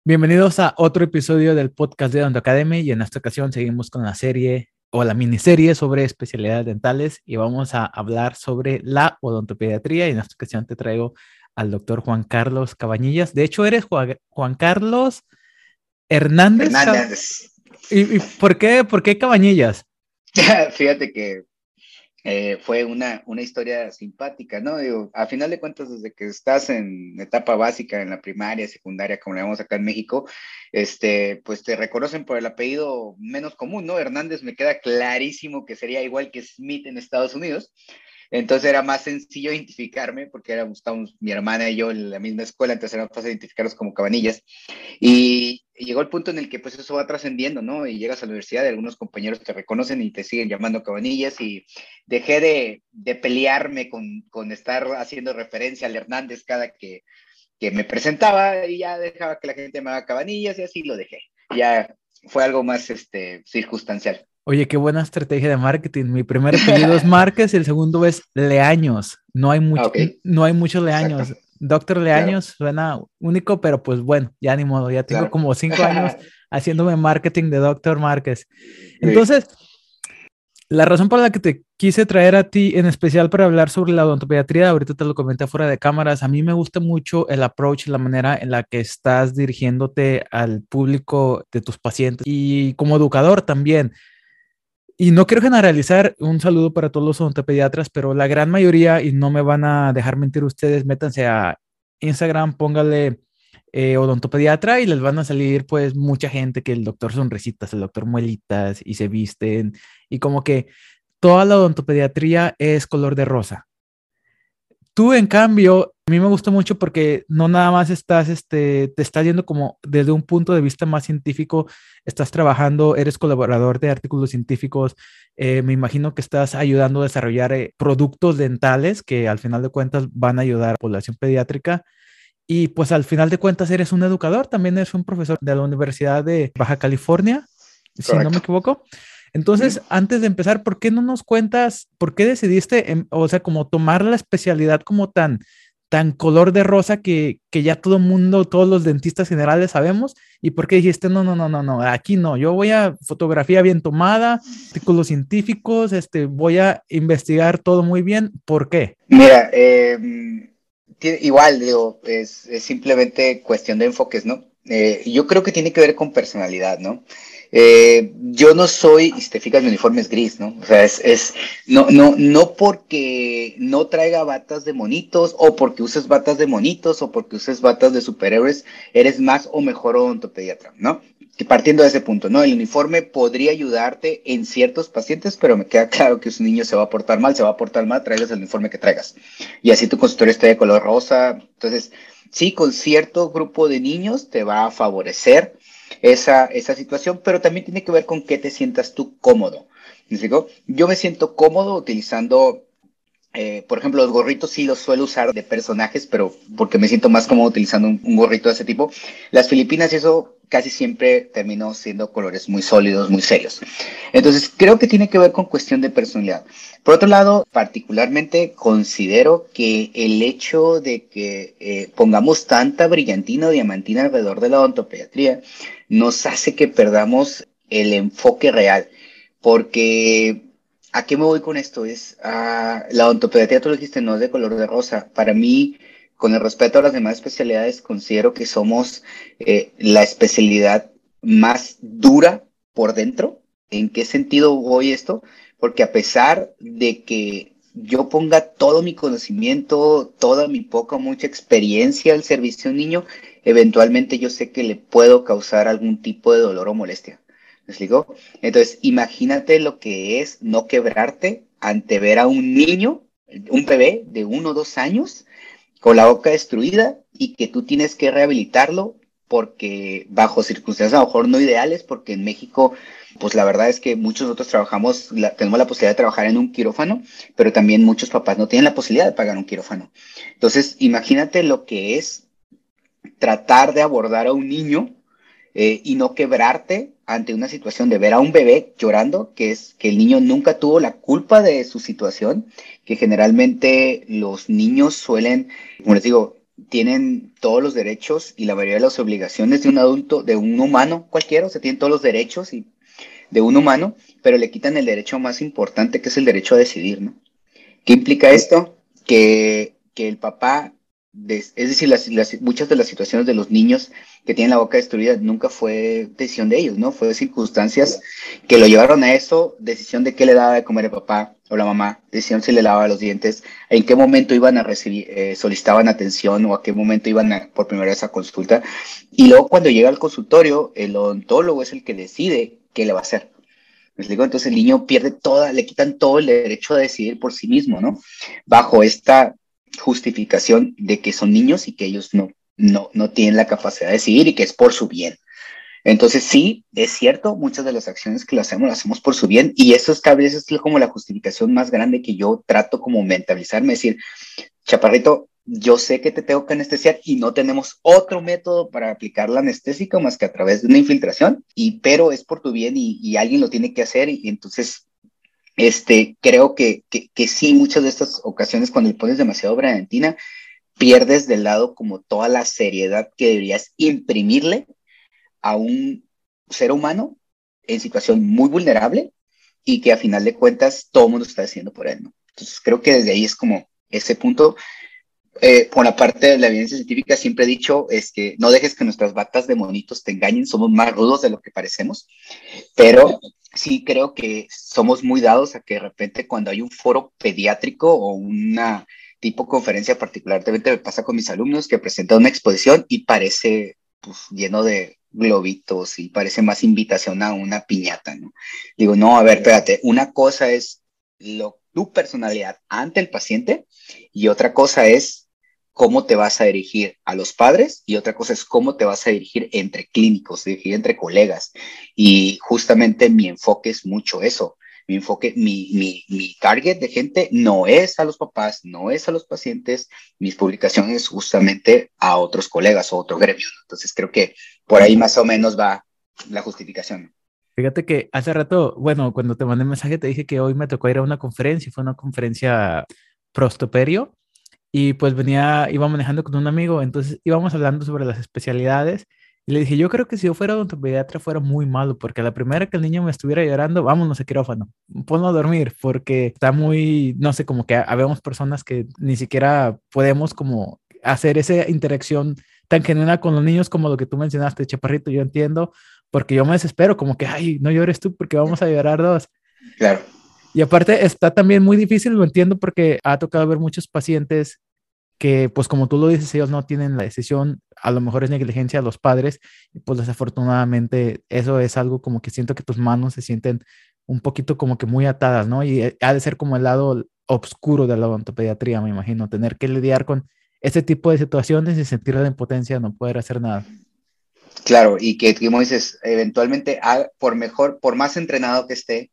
Bienvenidos a otro episodio del podcast de Odonto Academy y en esta ocasión seguimos con la serie o la miniserie sobre especialidades dentales y vamos a hablar sobre la odontopediatría y en esta ocasión te traigo al doctor Juan Carlos Cabañillas. De hecho, eres Juan Carlos Hernández. Hernández. ¿Y por qué Cabañillas? Fíjate que fue una historia simpática, ¿no? Digo, a final de cuentas, desde que estás en etapa básica, en la primaria, secundaria, como le llamamos acá en México, pues te reconocen por el apellido menos común, ¿no? Hernández me queda clarísimo que sería igual que Smith en Estados Unidos. Entonces era más sencillo identificarme porque estábamos mi hermana y yo en la misma escuela, entonces era más fácil identificarnos como Cabanillas. Y llegó el punto en el que pues eso va trascendiendo, ¿no? Y llegas a la universidad y algunos compañeros te reconocen y te siguen llamando Cabanillas y dejé de pelearme con estar haciendo referencia al Hernández cada que me presentaba y ya dejaba que la gente me haga Cabanillas y así lo dejé. Ya fue algo más circunstancial. Oye, qué buena estrategia de marketing. Mi primer apellido es Márquez y el segundo es Leaños. Ok, No hay muchos exacto, Leaños. Doctor claro, Leaños suena único, pero pues bueno, ya ni modo. Ya tengo claro. como 5 años haciéndome marketing de Doctor Márquez. Sí, Entonces, la razón por la que te quise traer a ti en especial para hablar sobre la odontopediatría, ahorita te lo comenté fuera de cámaras, a mí me gusta mucho el approach, la manera en la que estás dirigiéndote al público de tus pacientes y como educador también. Y no quiero generalizar, un saludo para todos los odontopediatras, pero la gran mayoría, y no me van a dejar mentir ustedes, métanse a Instagram, póngale odontopediatra y les van a salir pues mucha gente que el doctor sonrisitas, el doctor muelitas y se visten y como que toda la odontopediatría es color de rosa. Tú, en cambio, a mí me gusta mucho porque no nada más te estás yendo como desde un punto de vista más científico, estás trabajando, eres colaborador de artículos científicos, me imagino que estás ayudando a desarrollar productos dentales que al final de cuentas van a ayudar a la población pediátrica y pues al final de cuentas eres un educador, también eres un profesor de la Universidad de Baja California, si no me correcto. equivoco. Entonces, Ujú. antes de empezar, ¿por qué no nos cuentas por qué decidiste, o sea, como tomar la especialidad como tan color de rosa que ya todo el mundo, todos los dentistas generales sabemos? ¿Y por qué dijiste, no, aquí no, yo voy a fotografía bien tomada, artículos científicos, voy a investigar todo muy bien? ¿Por qué? Mira, igual, digo, es simplemente cuestión de enfoques, ¿no? Yo creo que tiene que ver con personalidad, ¿no? Yo no soy, y si te fijas, mi uniforme es gris, ¿no? O sea, no porque no traiga batas de monitos, o porque uses batas de monitos, o porque uses batas de superhéroes, eres más o mejor odontopediatra, ¿no? Que partiendo de ese punto, ¿no? El uniforme podría ayudarte en ciertos pacientes, pero me queda claro que si un niño se va a portar mal, traigas el uniforme que traigas. Y así tu consultorio esté de color rosa. Entonces, sí, con cierto grupo de niños te va a favorecer esa situación, pero también tiene que ver con que te sientas tú cómodo. ¿Me explico? Yo me siento cómodo utilizando por ejemplo, los gorritos sí los suelo usar de personajes, pero porque me siento más cómodo utilizando un gorrito de ese tipo. Las Filipinas y eso casi siempre terminó siendo colores muy sólidos, muy serios. Entonces, creo que tiene que ver con cuestión de personalidad. Por otro lado, particularmente considero que el hecho de que pongamos tanta brillantina o diamantina alrededor de la odontopediatría nos hace que perdamos el enfoque real. Porque ¿a qué me voy con esto? La odontopediatría, tú lo dijiste, no es de color de rosa. Para mí, con el respeto a las demás especialidades, considero que somos la especialidad más dura por dentro. ¿En qué sentido voy esto? Porque a pesar de que yo ponga todo mi conocimiento, toda mi poca o mucha experiencia al servicio de un niño, eventualmente yo sé que le puedo causar algún tipo de dolor o molestia. ¿Me explico? Entonces, imagínate lo que es no quebrarte ante ver a un niño, un bebé de 1 o 2 años, con la boca destruida y que tú tienes que rehabilitarlo porque bajo circunstancias a lo mejor no ideales, porque en México, pues la verdad es que muchos nosotros tenemos la posibilidad de trabajar en un quirófano, pero también muchos papás no tienen la posibilidad de pagar un quirófano. Entonces, imagínate lo que es tratar de abordar a un niño y no quebrarte ante una situación de ver a un bebé llorando, que es que el niño nunca tuvo la culpa de su situación, que generalmente los niños suelen, como les digo, tienen todos los derechos y la mayoría de las obligaciones de un adulto, de un humano cualquiera, o sea, tienen todos los derechos de un humano, pero le quitan el derecho más importante, que es el derecho a decidir, ¿no? ¿Qué implica esto? Que el papá, es decir, muchas de las situaciones de los niños que tienen la boca destruida nunca fue decisión de ellos, ¿no? Fue circunstancias que lo llevaron a eso, decisión de qué le daba de comer el papá o la mamá, decisión si le lavaba los dientes, en qué momento iban a recibir, solicitaban atención o a qué momento iban por primera vez a consulta. Y luego cuando llega al consultorio, el odontólogo es el que decide qué le va a hacer. ¿Me explico? Entonces el niño pierde le quitan todo el derecho a decidir por sí mismo, ¿no? Bajo esta justificación de que son niños y que ellos no tienen la capacidad de decidir y que es por su bien. Entonces sí, es cierto, muchas de las acciones que las hacemos por su bien y eso es que a veces es como la justificación más grande que yo trato como mentalizarme, decir, chaparrito, yo sé que te tengo que anestesiar y no tenemos otro método para aplicar la anestésica más que a través de una infiltración, pero es por tu bien y alguien lo tiene que hacer y entonces creo que sí, muchas de estas ocasiones cuando le pones demasiado Bradentina, pierdes de lado como toda la seriedad que deberías imprimirle a un ser humano en situación muy vulnerable y que a final de cuentas todo el mundo está haciendo por él, ¿no? Entonces creo que desde ahí es como ese punto. Por la parte de la evidencia científica siempre he dicho es que no dejes que nuestras batas de monitos te engañen, somos más rudos de lo que parecemos, pero sí creo que somos muy dados a que de repente cuando hay un foro pediátrico o una tipo conferencia particularmente me pasa con mis alumnos que presentan una exposición y parece pues, lleno de globitos y parece más invitación a una piñata, ¿no? Digo, no, a ver, espérate, una cosa es tu personalidad ante el paciente y otra cosa es cómo te vas a dirigir a los padres y otra cosa es cómo te vas a dirigir entre clínicos, dirigir entre colegas. Y justamente mi enfoque es mucho eso. Mi enfoque, mi target de gente no es a los papás, no es a los pacientes, mis publicaciones justamente a otros colegas o otro gremio. Entonces creo que por ahí más o menos va la justificación. Fíjate que hace rato, bueno, cuando te mandé el mensaje te dije que hoy me tocó ir a una conferencia, fue una conferencia prostoperio y pues iba manejando con un amigo, entonces íbamos hablando sobre las especialidades y le dije, yo creo que si yo fuera odontopediatra fuera muy malo, porque a la primera que el niño me estuviera llorando, vámonos a quirófano, ponlo a dormir, porque está muy, no sé, como que habemos personas que ni siquiera podemos como hacer esa interacción tan genuina con los niños como lo que tú mencionaste, Chaparrito, yo entiendo, porque yo me desespero, como que, ay, no llores tú porque vamos a llorar dos. Claro. Y aparte está también muy difícil, lo entiendo, porque ha tocado ver muchos pacientes que, pues como tú lo dices, ellos no tienen la decisión, a lo mejor es negligencia de los padres, y pues desafortunadamente eso es algo como que siento que tus manos se sienten un poquito como que muy atadas, ¿no? Y ha de ser como el lado oscuro de la odontopediatría, me imagino, tener que lidiar con este tipo de situaciones y sentir la impotencia de no poder hacer nada. Claro, y que, como dices, eventualmente, por más entrenado que esté,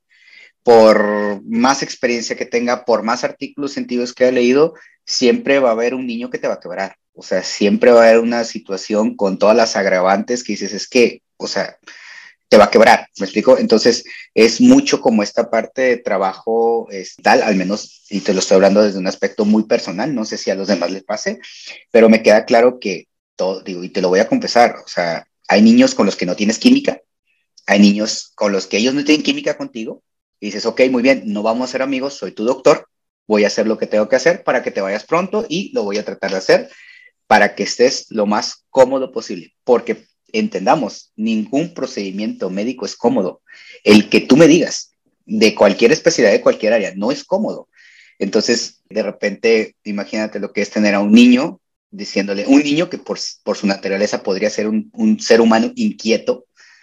por más experiencia que tenga, por más artículos científicos que haya leído, siempre va a haber un niño que te va a quebrar. O sea, siempre va a haber una situación con todas las agravantes que dices, es que, o sea, te va a quebrar, ¿me explico? Entonces, es mucho como esta parte de trabajo es tal, al menos, y te lo estoy hablando desde un aspecto muy personal, no sé si a los demás les pase, pero me queda claro que todo, digo, y te lo voy a confesar, o sea, hay niños con los que no tienes química, hay niños con los que ellos no tienen química contigo, y dices, ok, muy bien, no vamos a ser amigos, soy tu doctor, voy a hacer lo que tengo que hacer para que te vayas pronto y lo voy a tratar de hacer para que estés lo más cómodo posible, porque entendamos, ningún procedimiento médico es cómodo. El que tú me digas de cualquier especialidad, de cualquier área, no es cómodo. Entonces, de repente, imagínate lo que es tener a un niño diciéndole, un niño que por su naturaleza podría ser un ser humano inquieto,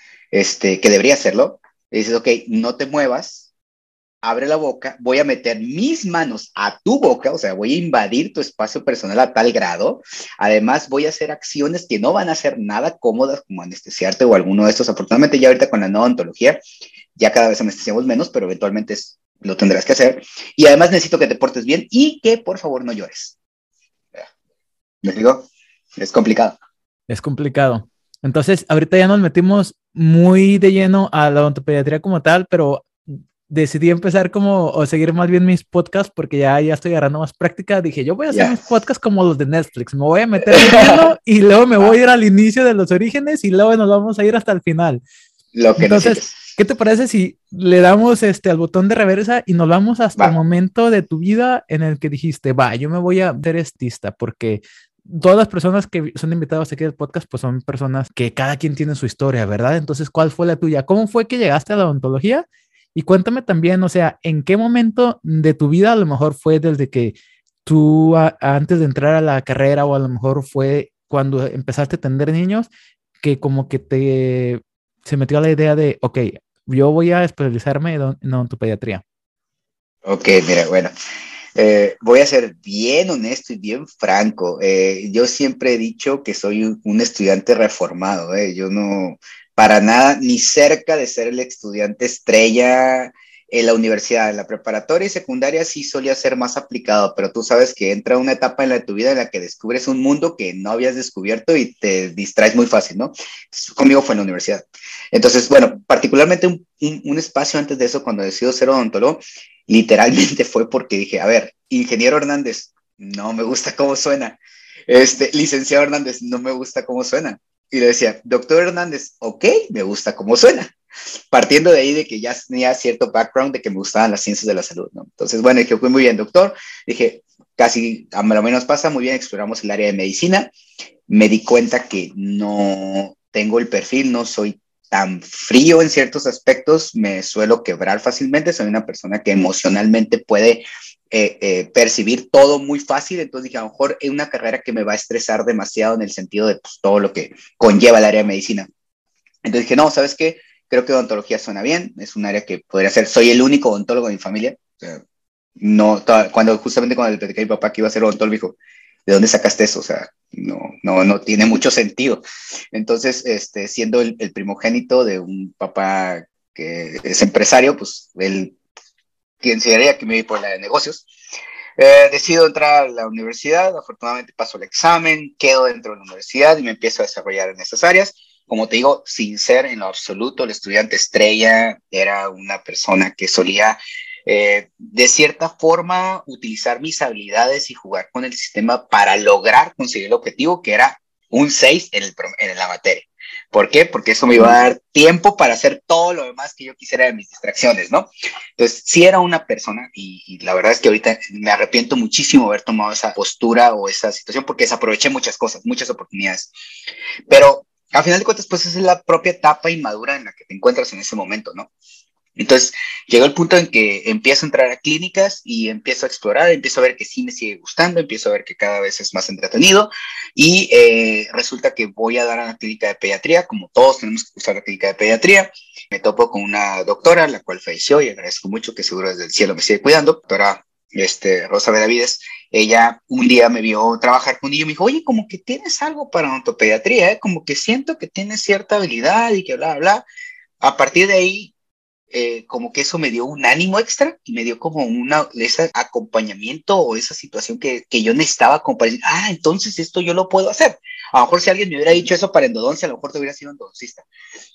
que debería serlo, le dices, ok, no te muevas, abre la boca, voy a meter mis manos a tu boca, o sea, voy a invadir tu espacio personal a tal grado. Además, voy a hacer acciones que no van a ser nada cómodas, como anestesiarte o alguno de estos. Afortunadamente, ya ahorita con la nueva odontología, ya cada vez anestesiamos menos, pero eventualmente lo tendrás que hacer. Y además necesito que te portes bien y que por favor no llores. ¿Me digo? Es complicado. Es complicado. Entonces, ahorita ya nos metimos muy de lleno a la odontopediatría como tal, pero decidí empezar como, o seguir más bien mis podcasts porque ya estoy agarrando más práctica. Dije, yo voy a hacer Ya. mis podcasts como los de Netflix. Me voy a meter de lleno y luego me voy a Va, ir al inicio de los orígenes y luego nos vamos a ir hasta el final. lo que Entonces, necesites. ¿qué te parece si le damos al botón de reversa y nos vamos hasta Va, el momento de tu vida en el que dijiste, va, yo me voy a ser estista? Porque todas las personas que son invitados aquí al podcast, pues son personas que cada quien tiene su historia, ¿verdad? Entonces, ¿cuál fue la tuya? ¿Cómo fue que llegaste a la odontología? Y cuéntame también, o sea, ¿en qué momento de tu vida a lo mejor fue desde que tú antes de entrar a la carrera o a lo mejor fue cuando empezaste a atender niños que como que se metió la idea de, ok, yo voy a especializarme en odontopediatría? ok, mira, bueno. Voy a ser bien honesto y bien franco. Yo siempre he dicho que soy un estudiante reformado. Yo no, para nada, ni cerca de ser el estudiante estrella en la universidad. En la preparatoria y secundaria sí solía ser más aplicado, pero tú sabes que entra una etapa en tu vida en la que descubres un mundo que no habías descubierto y te distraes muy fácil, ¿no? Entonces, conmigo fue en la universidad. Entonces, bueno, particularmente un espacio antes de eso, cuando decido ser odontólogo, literalmente fue porque dije, a ver, ingeniero Hernández, no me gusta cómo suena. Licenciado Hernández, no me gusta cómo suena. Y le decía, doctor Hernández, ok, me gusta cómo suena. Partiendo de ahí de que ya tenía cierto background de que me gustaban las ciencias de la salud, ¿no? Entonces, bueno, dije, fue muy bien, doctor. Dije, casi a lo menos pasa, muy bien, exploramos el área de medicina. Me di cuenta que no tengo el perfil, no soy tan frío en ciertos aspectos, me suelo quebrar fácilmente, soy una persona que emocionalmente puede percibir todo muy fácil, entonces dije, a lo mejor es una carrera que me va a estresar demasiado en el sentido de pues, todo lo que conlleva el área de medicina. Entonces dije, no, ¿sabes qué? Creo que odontología suena bien, es un área que podría ser, soy el único odontólogo de mi familia, o sea, no, justamente cuando le platicé a mi papá que iba a ser odontólogo, me dijo, ¿de dónde sacaste eso? O sea, no tiene mucho sentido. Entonces, siendo el primogénito de un papá que es empresario, pues él consideraría que me iba por la de negocios. Decido entrar a la universidad, afortunadamente paso el examen, quedo dentro de la universidad y me empiezo a desarrollar en esas áreas. Como te digo, sin ser en lo absoluto el estudiante estrella, era una persona que solía, de cierta forma, utilizar mis habilidades y jugar con el sistema para lograr conseguir el objetivo, que era un 6 en la materia. ¿Por qué? Porque eso me iba a dar tiempo para hacer todo lo demás que yo quisiera de mis distracciones, ¿no? Entonces, sí era una persona y la verdad es que ahorita me arrepiento muchísimo haber tomado esa postura o esa situación porque desaproveché muchas cosas, muchas oportunidades. Pero al final de cuentas, pues esa es la propia etapa inmadura en la que te encuentras en ese momento, ¿no? Entonces, llegó el punto en que empiezo a entrar a clínicas y empiezo a explorar, empiezo a ver que sí me sigue gustando, empiezo a ver que cada vez es más entretenido y resulta que voy a dar a la clínica de pediatría, como todos tenemos que usar la clínica de pediatría. Me topo con una doctora, la cual falleció y agradezco mucho que seguro desde el cielo me sigue cuidando, doctora Rosa Benavides. Ella un día me vio trabajar con ella y me dijo, oye, como que tienes algo para odontopediatría, ¿eh? Como que siento que tienes cierta habilidad y que bla, bla. A partir de ahí, como que eso me dio un ánimo extra y me dio como ese acompañamiento o esa situación que yo necesitaba como para decir, entonces esto yo lo puedo hacer. A lo mejor si alguien me hubiera dicho eso para endodoncia, a lo mejor te hubiera sido endodoncista.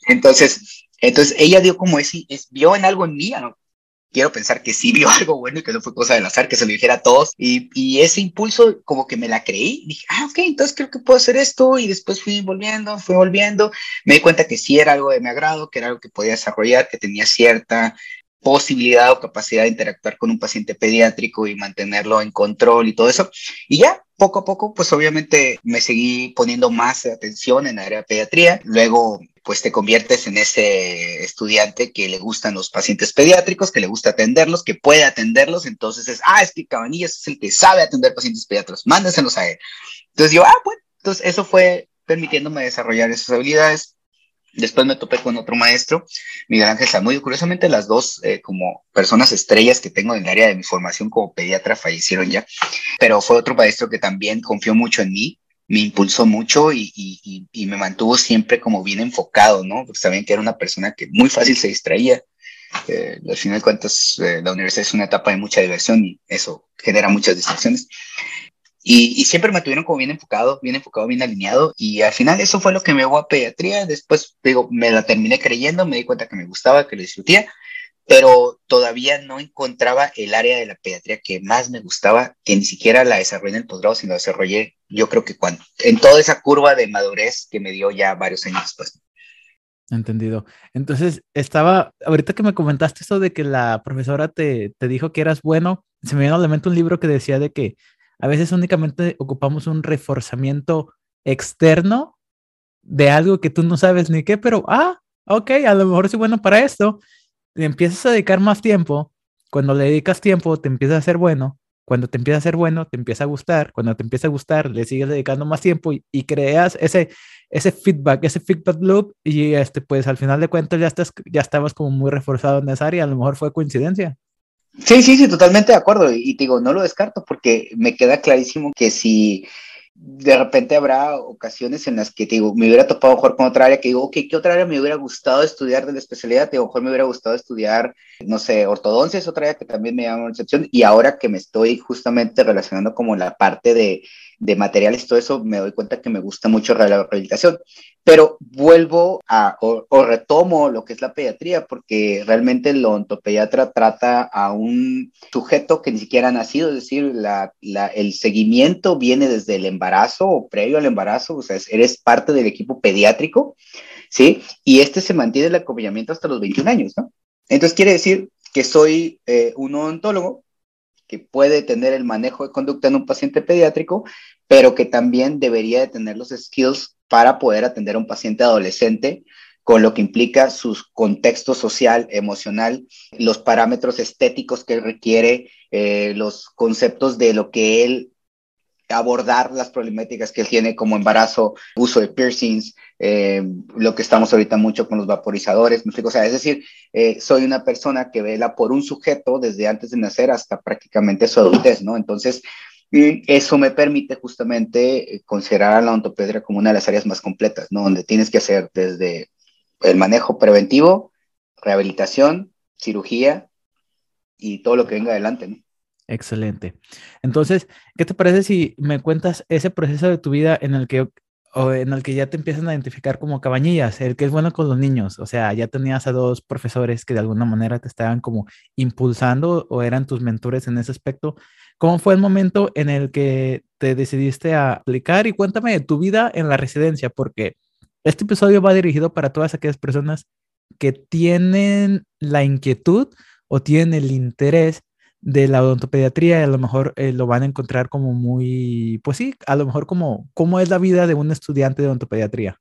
Entonces ella dio como vio en algo en mí, ¿no? Quiero pensar que sí vio algo bueno y que no fue cosa del azar, que se lo dijera a todos. Y ese impulso como que me la creí. Dije, ok, entonces creo que puedo hacer esto. Y después fui volviendo. Me di cuenta que sí era algo de mi agrado, que era algo que podía desarrollar, que tenía cierta posibilidad o capacidad de interactuar con un paciente pediátrico y mantenerlo en control y todo eso. Y ya, poco a poco, pues obviamente me seguí poniendo más atención en la área de pediatría. Luego, pues te conviertes en ese estudiante que le gustan los pacientes pediátricos, que le gusta atenderlos, que puede atenderlos. Entonces es que Cabanillas es el que sabe atender pacientes pediátricos, mándenselos a él. Entonces yo, bueno, entonces eso fue permitiéndome desarrollar esas habilidades. Después me topé con otro maestro, Miguel Ángel Zamudio. Curiosamente, las dos como personas estrellas que tengo en el área de mi formación como pediatra fallecieron ya, pero fue otro maestro que también confió mucho en mí, me impulsó mucho y me mantuvo siempre como bien enfocado, ¿no? Porque sabían que era una persona que muy fácil se distraía. Al final de cuentas, la universidad es una etapa de mucha diversión y eso genera muchas distracciones. Y siempre me tuvieron como bien enfocado, bien alineado. Y al final eso fue lo que me llevó a pediatría. Después, digo, me la terminé creyendo, me di cuenta que me gustaba, que lo disfrutía. pero todavía no encontraba el área de la pediatría que más me gustaba, que ni siquiera la desarrollé en el posgrado, sino la desarrollé yo creo que cuando, en toda esa curva de madurez que me dio ya varios años después. Entendido. Entonces, ahorita que me comentaste eso de que la profesora te dijo que eras bueno, se me vino a la mente un libro que decía de que a veces únicamente ocupamos un reforzamiento externo de algo que tú no sabes ni qué, pero, ok, a lo mejor soy bueno para esto. Le empiezas a dedicar más tiempo. Cuando le dedicas tiempo, te empieza a ser bueno. Cuando te empieza a ser bueno, te empieza a gustar. Cuando te empieza a gustar, le sigues dedicando más tiempo y creas ese feedback loop y pues al final de cuentas ya estabas como muy reforzado en esa área. A lo mejor fue coincidencia. Sí, sí, sí, totalmente de acuerdo. Y te digo, no lo descarto porque me queda clarísimo que si de repente habrá ocasiones en las que te digo, me hubiera topado jugar con otra área que digo, ok, ¿qué otra área me hubiera gustado estudiar de la especialidad? Te digo, a lo mejor me hubiera gustado estudiar, no sé, ortodoncia es otra área que también me llama la atención. Y ahora que me estoy justamente relacionando como la parte de materiales y todo eso, me doy cuenta que me gusta mucho la rehabilitación. Pero vuelvo o retomo lo que es la pediatría, porque realmente el odontopediatra trata a un sujeto que ni siquiera ha nacido, es decir, el seguimiento viene desde el embarazo o previo al embarazo, o sea, eres parte del equipo pediátrico, ¿sí? Y este se mantiene el acompañamiento hasta los 21 años, ¿no? Entonces quiere decir que soy un odontólogo que puede tener el manejo de conducta en un paciente pediátrico, pero que también debería de tener los skills para poder atender a un paciente adolescente, con lo que implica su contexto social, emocional, los parámetros estéticos que él requiere, los conceptos de lo que él abordar las problemáticas que él tiene como embarazo, uso de piercings, lo que estamos ahorita mucho con los vaporizadores, me explico, o sea, es decir, soy una persona que vela por un sujeto desde antes de nacer hasta prácticamente su adultez, ¿no? Entonces, eso me permite justamente considerar a la ortopedia como una de las áreas más completas, ¿no? Donde tienes que hacer desde el manejo preventivo, rehabilitación, cirugía y todo lo que venga adelante, ¿no? Excelente. Entonces, ¿qué te parece si me cuentas ese proceso de tu vida en el que ya te empiezan a identificar como Cabañillas, el que es bueno con los niños? O sea, ya tenías a dos profesores que de alguna manera te estaban como impulsando o eran tus mentores en ese aspecto. ¿Cómo fue el momento en el que te decidiste a aplicar? Y cuéntame de tu vida en la residencia, porque este episodio va dirigido para todas aquellas personas que tienen la inquietud o tienen el interés de la odontopediatría y a lo mejor lo van a encontrar como muy, pues sí, a lo mejor como cómo es la vida de un estudiante de odontopediatría.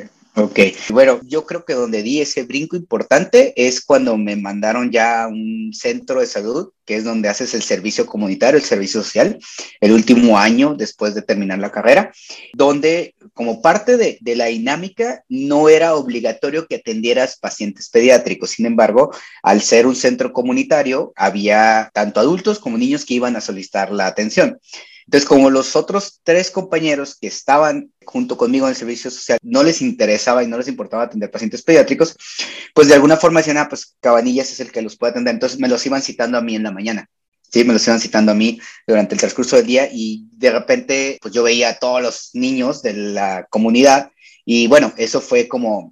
Ok, bueno, yo creo que donde di ese brinco importante es cuando me mandaron ya a un centro de salud, que es donde haces el servicio comunitario, el servicio social, el último año después de terminar la carrera, donde como parte de la dinámica no era obligatorio que atendieras pacientes pediátricos. Sin embargo, al ser un centro comunitario, había tanto adultos como niños que iban a solicitar la atención. Entonces, como los otros tres compañeros que estaban junto conmigo en el servicio social no les interesaba y no les importaba atender pacientes pediátricos, pues de alguna forma decían, pues Cabanillas es el que los puede atender. Entonces me los iban citando a mí en la mañana. Sí, me los iban citando a mí durante el transcurso del día y de repente pues yo veía a todos los niños de la comunidad y bueno, eso fue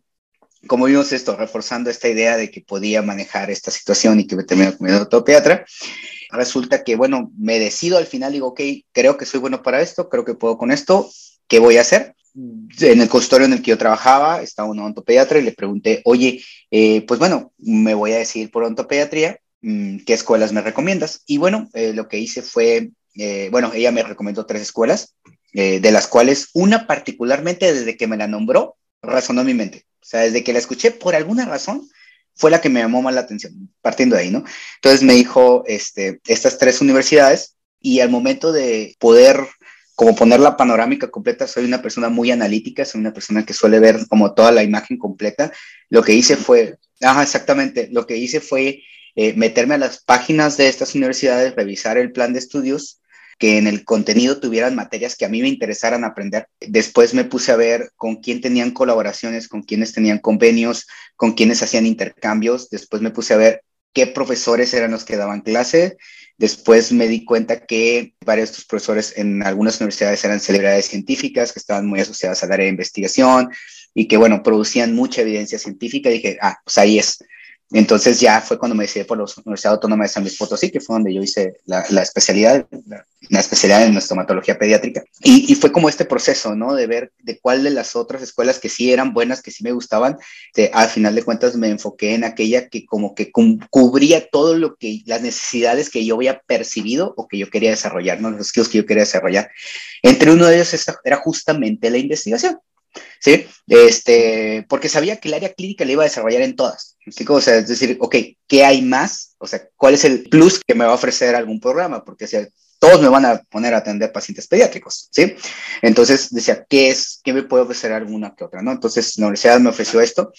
como vimos esto, reforzando esta idea de que podía manejar esta situación y que me terminó como ortopediatra. Resulta que, bueno, me decido al final, digo, ok, creo que soy bueno para esto, creo que puedo con esto, ¿qué voy a hacer? En el consultorio en el que yo trabajaba, estaba un odontopediatra y le pregunté, oye, pues bueno, me voy a decidir por odontopediatría, ¿qué escuelas me recomiendas? Y bueno, lo que hice fue, bueno, ella me recomendó tres escuelas, de las cuales una particularmente desde que me la nombró, resonó en mi mente. O sea, desde que la escuché, por alguna razón, fue la que me llamó más la atención, partiendo de ahí, ¿no? Entonces me dijo estas tres universidades y al momento de poder como poner la panorámica completa, soy una persona muy analítica, soy una persona que suele ver como toda la imagen completa. Lo que hice fue, exactamente, lo que hice fue meterme a las páginas de estas universidades, revisar el plan de estudios, que en el contenido tuvieran materias que a mí me interesaran aprender. Después me puse a ver con quién tenían colaboraciones, con quiénes tenían convenios, con quiénes hacían intercambios. Después me puse a ver qué profesores eran los que daban clase. Después me di cuenta que varios de estos profesores en algunas universidades eran celebridades científicas que estaban muy asociadas al área de investigación y que, bueno, producían mucha evidencia científica. Y dije, pues ahí es. Entonces ya fue cuando me decidí por la Universidad Autónoma de San Luis Potosí, que fue donde yo hice la especialidad, la especialidad en estomatología pediátrica. Y fue como este proceso, ¿no? De ver de cuál de las otras escuelas que sí eran buenas, que sí me gustaban, al final de cuentas me enfoqué en aquella que como que cubría todo lo que, las necesidades que yo había percibido o que yo quería desarrollar, ¿no? Los skills que yo quería desarrollar. Entre uno de ellos era justamente la investigación. ¿Sí? Porque sabía que el área clínica le iba a desarrollar en todas. ¿Sí? O sea, es decir, ok, ¿qué hay más? O sea, ¿cuál es el plus que me va a ofrecer algún programa? Porque o sea, todos me van a poner a atender pacientes pediátricos, ¿sí? Entonces decía, ¿qué me puede ofrecer alguna que otra, no? Entonces la universidad me ofreció esto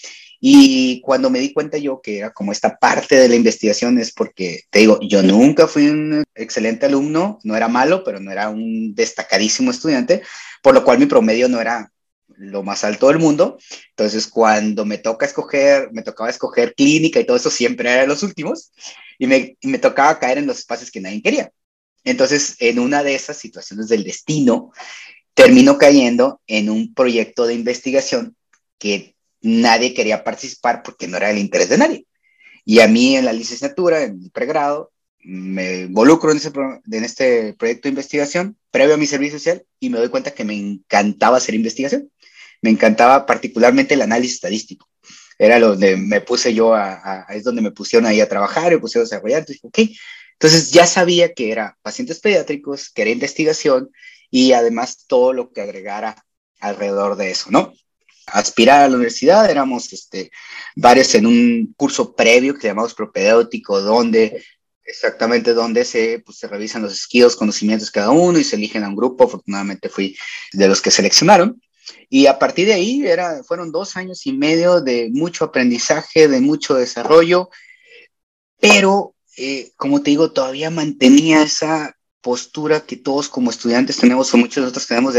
y cuando me di cuenta yo que era como esta parte de la investigación es porque, te digo, yo nunca fui un excelente alumno, no era malo, pero no era un destacadísimo estudiante, por lo cual mi promedio no era lo más alto del mundo. Entonces, cuando me tocaba escoger clínica y todo eso, siempre era de los últimos y me tocaba caer en los espacios que nadie quería. Entonces, en una de esas situaciones del destino, termino cayendo en un proyecto de investigación que nadie quería participar porque no era el interés de nadie. Y a mí en la licenciatura, en el pregrado, me involucro en este proyecto de investigación previo a mi servicio social y me doy cuenta que me encantaba hacer investigación. Me encantaba particularmente el análisis estadístico. Era donde me puse yo es donde me pusieron ahí a trabajar, me pusieron a desarrollar. Entonces, ok. Entonces ya sabía que era pacientes pediátricos, que era investigación y además todo lo que agregara alrededor de eso, ¿no? Aspirar a la universidad, éramos varios en un curso previo que llamamos propedéutico, donde exactamente donde pues, se revisan los skills, conocimientos de cada uno y se eligen a un grupo. Afortunadamente fui de los que seleccionaron. Y a partir de ahí fueron 2 años y medio de mucho aprendizaje, de mucho desarrollo, pero como te digo, todavía mantenía esa postura que todos como estudiantes tenemos o muchos de nosotros tenemos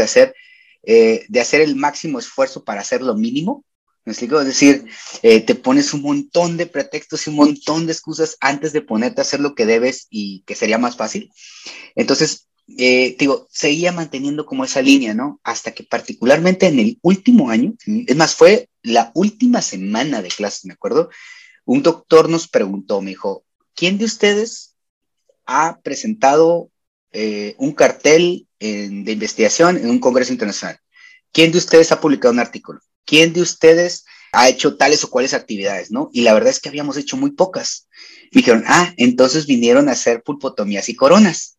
de hacer el máximo esfuerzo para hacer lo mínimo. ¿Me explico? Es decir, te pones un montón de pretextos y un montón de excusas antes de ponerte a hacer lo que debes y que sería más fácil. Entonces, digo, seguía manteniendo como esa línea, ¿no? Hasta que particularmente en el último año, es más, fue la última semana de clases, me acuerdo, un doctor nos preguntó, me dijo, ¿quién de ustedes ha presentado un cartel de investigación en un congreso internacional? ¿Quién de ustedes ha publicado un artículo? ¿Quién de ustedes ha hecho tales o cuales actividades, no? Y la verdad es que habíamos hecho muy pocas. Me dijeron, entonces vinieron a hacer pulpotomías y coronas.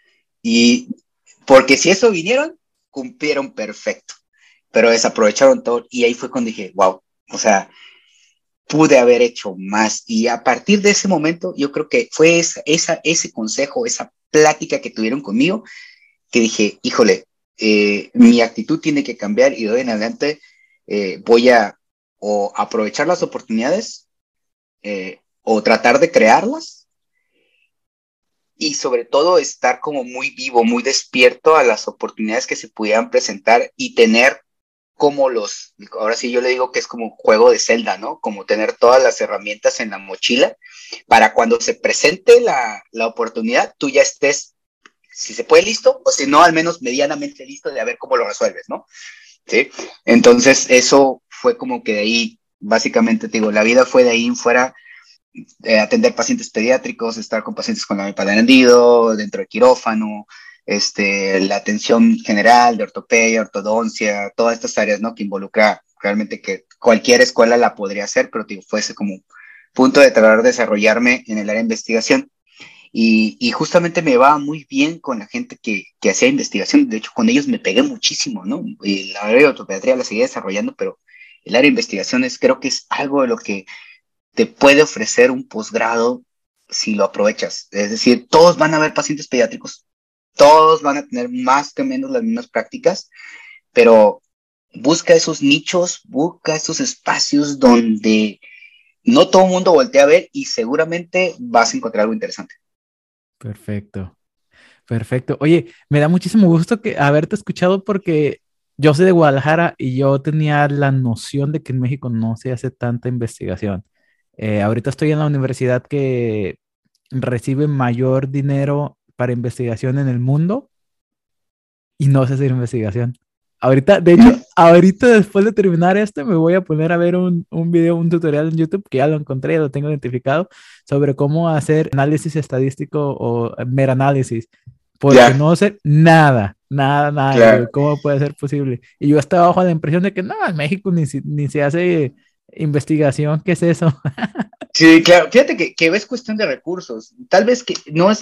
Y porque si eso vinieron, cumplieron perfecto, pero desaprovecharon todo y ahí fue cuando dije, wow, o sea, pude haber hecho más. Y a partir de ese momento, yo creo que fue ese consejo, esa plática que tuvieron conmigo, que dije, híjole, mi actitud tiene que cambiar y de hoy en adelante voy a o aprovechar las oportunidades o tratar de crearlas y sobre todo estar como muy vivo, muy despierto a las oportunidades que se pudieran presentar y tener como ahora sí yo le digo que es como un juego de Zelda, ¿no? Como tener todas las herramientas en la mochila para cuando se presente la oportunidad, tú ya estés, si se puede, listo, o si no, al menos medianamente listo de a ver cómo lo resuelves, ¿no? ¿Sí? Entonces, eso fue como que de ahí, básicamente, te digo, la vida fue de ahí en fuera, atender pacientes pediátricos, estar con pacientes con la de hendido, dentro del quirófano, la atención general de ortopedia, ortodoncia, todas estas áreas, ¿no? Que involucra realmente que cualquier escuela la podría hacer, pero digo, fuese como punto de tratar de desarrollarme en el área de investigación. Y justamente me va muy bien con la gente que hacía investigación. De hecho, con ellos me pegué muchísimo, ¿no? Y la área de ortopediatría la seguía desarrollando, pero el área de investigación creo que es algo de lo que te puede ofrecer un posgrado si lo aprovechas. Es decir, todos van a ver pacientes pediátricos, todos van a tener más que menos las mismas prácticas, pero busca esos nichos, busca esos espacios donde no todo el mundo voltea a ver y seguramente vas a encontrar algo interesante. Perfecto, perfecto. Oye, me da muchísimo gusto haberte escuchado porque yo soy de Guadalajara y yo tenía la noción de que en México no se hace tanta investigación. Ahorita estoy en la universidad que recibe mayor dinero para investigación en el mundo y no sé hacer investigación. Ahorita, de hecho, ahorita después de terminar esto, me voy a poner a ver un video, un tutorial en YouTube, que ya lo encontré, ya lo tengo identificado, sobre cómo hacer análisis estadístico o meta-análisis, porque Ya, no sé nada, nada, nada claro. de cómo puede ser posible. Y yo estaba bajo la impresión de que no, en México ni se hace investigación, ¿qué es eso? Sí, claro. Fíjate que es cuestión de recursos. Tal vez que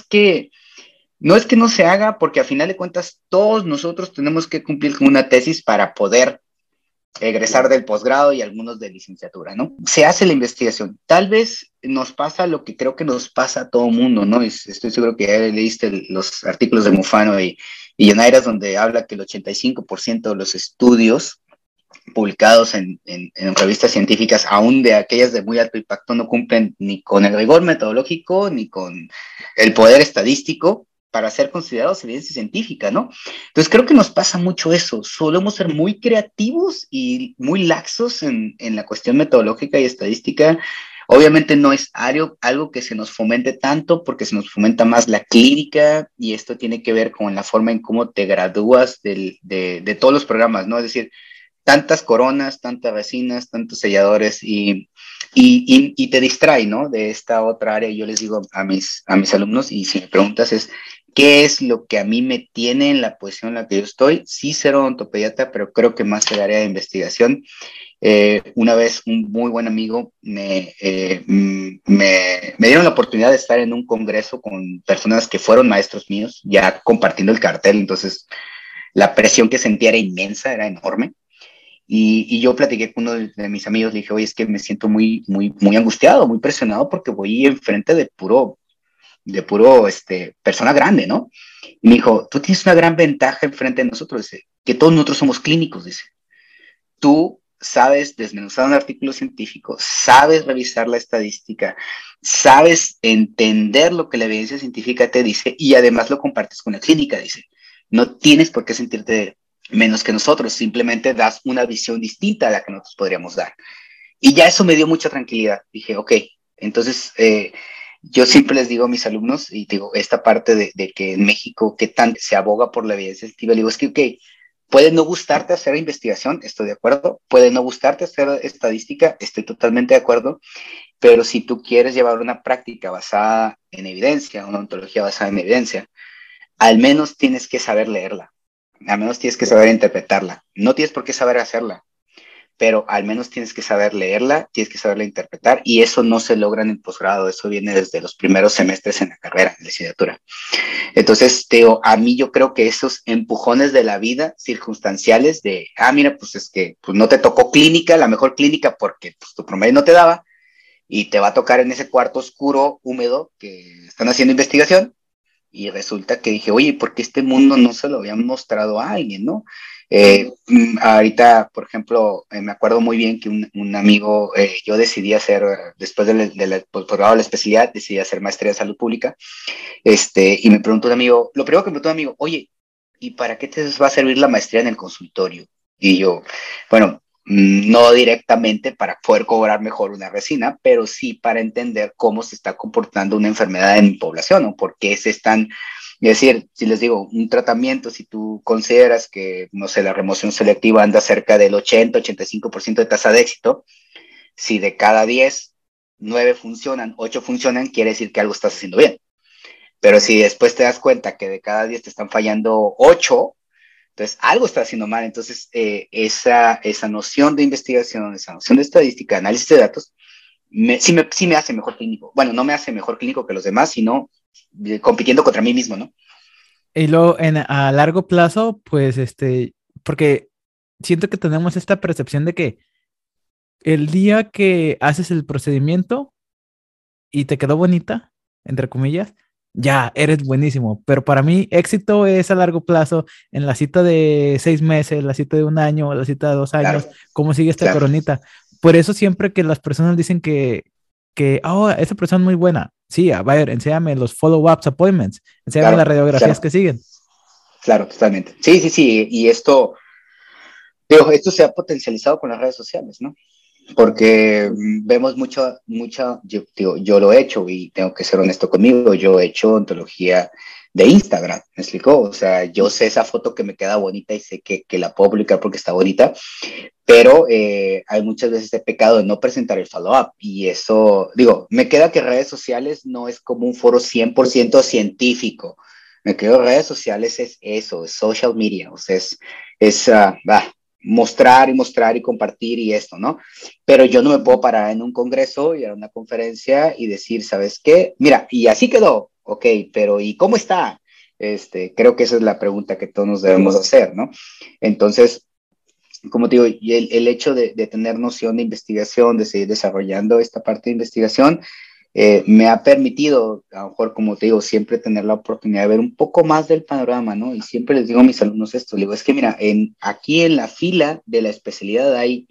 no se haga, porque a final de cuentas todos nosotros tenemos que cumplir con una tesis para poder egresar del posgrado y algunos de licenciatura, ¿no? Se hace la investigación. Tal vez nos pasa lo que creo que nos pasa a todo mundo, ¿no? Estoy seguro que ya leíste los artículos de Mufano y Yanairas donde habla que el 85% de los estudios publicados en revistas científicas, aún de aquellas de muy alto impacto, no cumplen ni con el rigor metodológico ni con el poder estadístico para ser considerados evidencia científica, ¿no? Entonces creo que nos pasa mucho eso, solemos ser muy creativos y muy laxos en la cuestión metodológica y estadística. Obviamente no es algo que se nos fomente tanto porque se nos fomenta más la clínica y esto tiene que ver con la forma en cómo te gradúas de todos los programas, ¿no? Es decir, tantas coronas, tantas resinas, tantos selladores y te distrae, ¿no? De esta otra área. Yo les digo a mis alumnos, y si me preguntas es, ¿qué es lo que a mí me tiene en la posición en la que yo estoy? Sí ser odontopediatra, pero creo que más el área de investigación. Una vez un muy buen amigo me dieron la oportunidad de estar en un congreso con personas que fueron maestros míos, ya compartiendo el cartel, entonces la presión que sentía era inmensa, era enorme. Y yo platiqué con uno de mis amigos, le dije, oye, es que me siento muy, muy, muy angustiado, muy presionado porque voy enfrente de puro persona grande, ¿no? Y me dijo, tú tienes una gran ventaja enfrente de nosotros, dice, que todos nosotros somos clínicos, dice. Tú sabes desmenuzar un artículo científico, sabes revisar la estadística, sabes entender lo que la evidencia científica te dice y además lo compartes con la clínica, dice. No tienes por qué sentirte menos que nosotros, simplemente das una visión distinta a la que nosotros podríamos dar. Y ya eso me dio mucha tranquilidad. Dije, ok, entonces yo siempre les digo a mis alumnos, y digo, esta parte de que en México, qué tan se aboga por la evidencia científica, digo, es que, ok, puede no gustarte hacer investigación, estoy de acuerdo, puede no gustarte hacer estadística, estoy totalmente de acuerdo, pero si tú quieres llevar una práctica basada en evidencia, una ontología basada en evidencia, al menos tienes que saber leerla, al menos tienes que saber interpretarla, no tienes por qué saber hacerla, pero al menos tienes que saber leerla, tienes que saberla interpretar, y eso no se logra en el posgrado, eso viene desde los primeros semestres en la carrera, en la licenciatura. Entonces, Teo, a mí yo creo que esos empujones de la vida circunstanciales de, mira, pues es que pues no te tocó clínica, la mejor clínica porque pues, tu promedio no te daba, y te va a tocar en ese cuarto oscuro, húmedo, que están haciendo investigación, y resulta que dije, oye, ¿por qué este mundo no se lo habían mostrado a alguien, no? Ahorita, por ejemplo, me acuerdo muy bien que un amigo, yo decidí hacer, después del posgrado de la especialidad, decidí hacer maestría de salud pública, y me preguntó un amigo, lo primero que me preguntó un amigo, oye, ¿y para qué te va a servir la maestría en el consultorio? Y yo, bueno, no directamente para poder cobrar mejor una resina, pero sí para entender cómo se está comportando una enfermedad en mi población, o por qué se están, es decir, si les digo, un tratamiento, si tú consideras que, no sé, la remoción selectiva anda cerca del 80-85% de tasa de éxito, si de cada 10, 9 funcionan, 8 funcionan, quiere decir que algo estás haciendo bien. Pero si después te das cuenta que de cada 10 te están fallando 8, entonces algo está haciendo mal. Entonces, esa noción de investigación, esa noción de estadística, análisis de datos, sí me hace mejor clínico. Bueno, no me hace mejor clínico que los demás, sino compitiendo contra mí mismo, ¿no? Y luego a largo plazo, pues porque siento que tenemos esta percepción de que el día que haces el procedimiento y te quedó bonita, entre comillas, ya eres buenísimo. Pero para mí, éxito es a largo plazo, en la cita de 6 meses, la cita de un año, la cita de 2 años, Claro, cómo sigue esta claro, coronita. Por eso siempre que las personas dicen oh, esa persona es muy buena. Sí, a ver, enséñame los follow-ups appointments, enséñame las claro, radiografías claro, que siguen. claro, totalmente. Sí, sí, sí, y esto se ha potencializado con las redes sociales, ¿no? Porque vemos yo lo he hecho y tengo que ser honesto conmigo, yo he hecho ontología de Instagram, ¿me explicó? O sea, yo sé esa foto que me queda bonita y sé que la puedo publicar porque está bonita, pero hay muchas veces he pecado de no presentar el follow-up y eso, digo, me queda que redes sociales no es como un foro 100% científico, me quedo redes sociales es eso, es social media, o sea, mostrar y mostrar y compartir y esto, ¿no? Pero yo no me puedo parar en un congreso y a una conferencia y decir, ¿sabes qué? Mira, y así quedó, ok, pero ¿y cómo está? Creo que esa es la pregunta que todos nos debemos hacer, ¿no? Entonces, como te digo, y el hecho de tener noción de investigación, de seguir desarrollando esta parte de investigación, me ha permitido, a lo mejor, como te digo, siempre tener la oportunidad de ver un poco más del panorama, ¿no? Y siempre les digo a mis alumnos esto, les digo, es que mira, aquí en la fila de la especialidad hay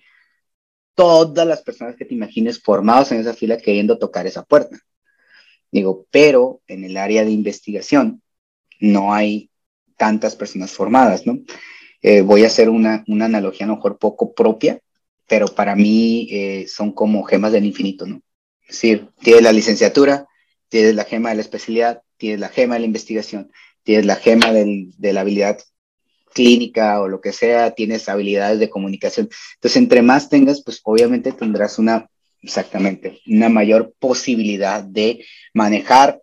todas las personas que te imagines formados en esa fila queriendo tocar esa puerta. Digo, pero en el área de investigación no hay tantas personas formadas, ¿no? Voy a hacer una analogía a lo mejor poco propia, pero para mí son como gemas del infinito, ¿no? Es decir, tienes la licenciatura, tienes la gema de la especialidad, tienes la gema de la investigación, tienes la gema de la habilidad clínica o lo que sea, tienes habilidades de comunicación. Entonces, entre más tengas, pues obviamente tendrás exactamente, una mayor posibilidad de manejar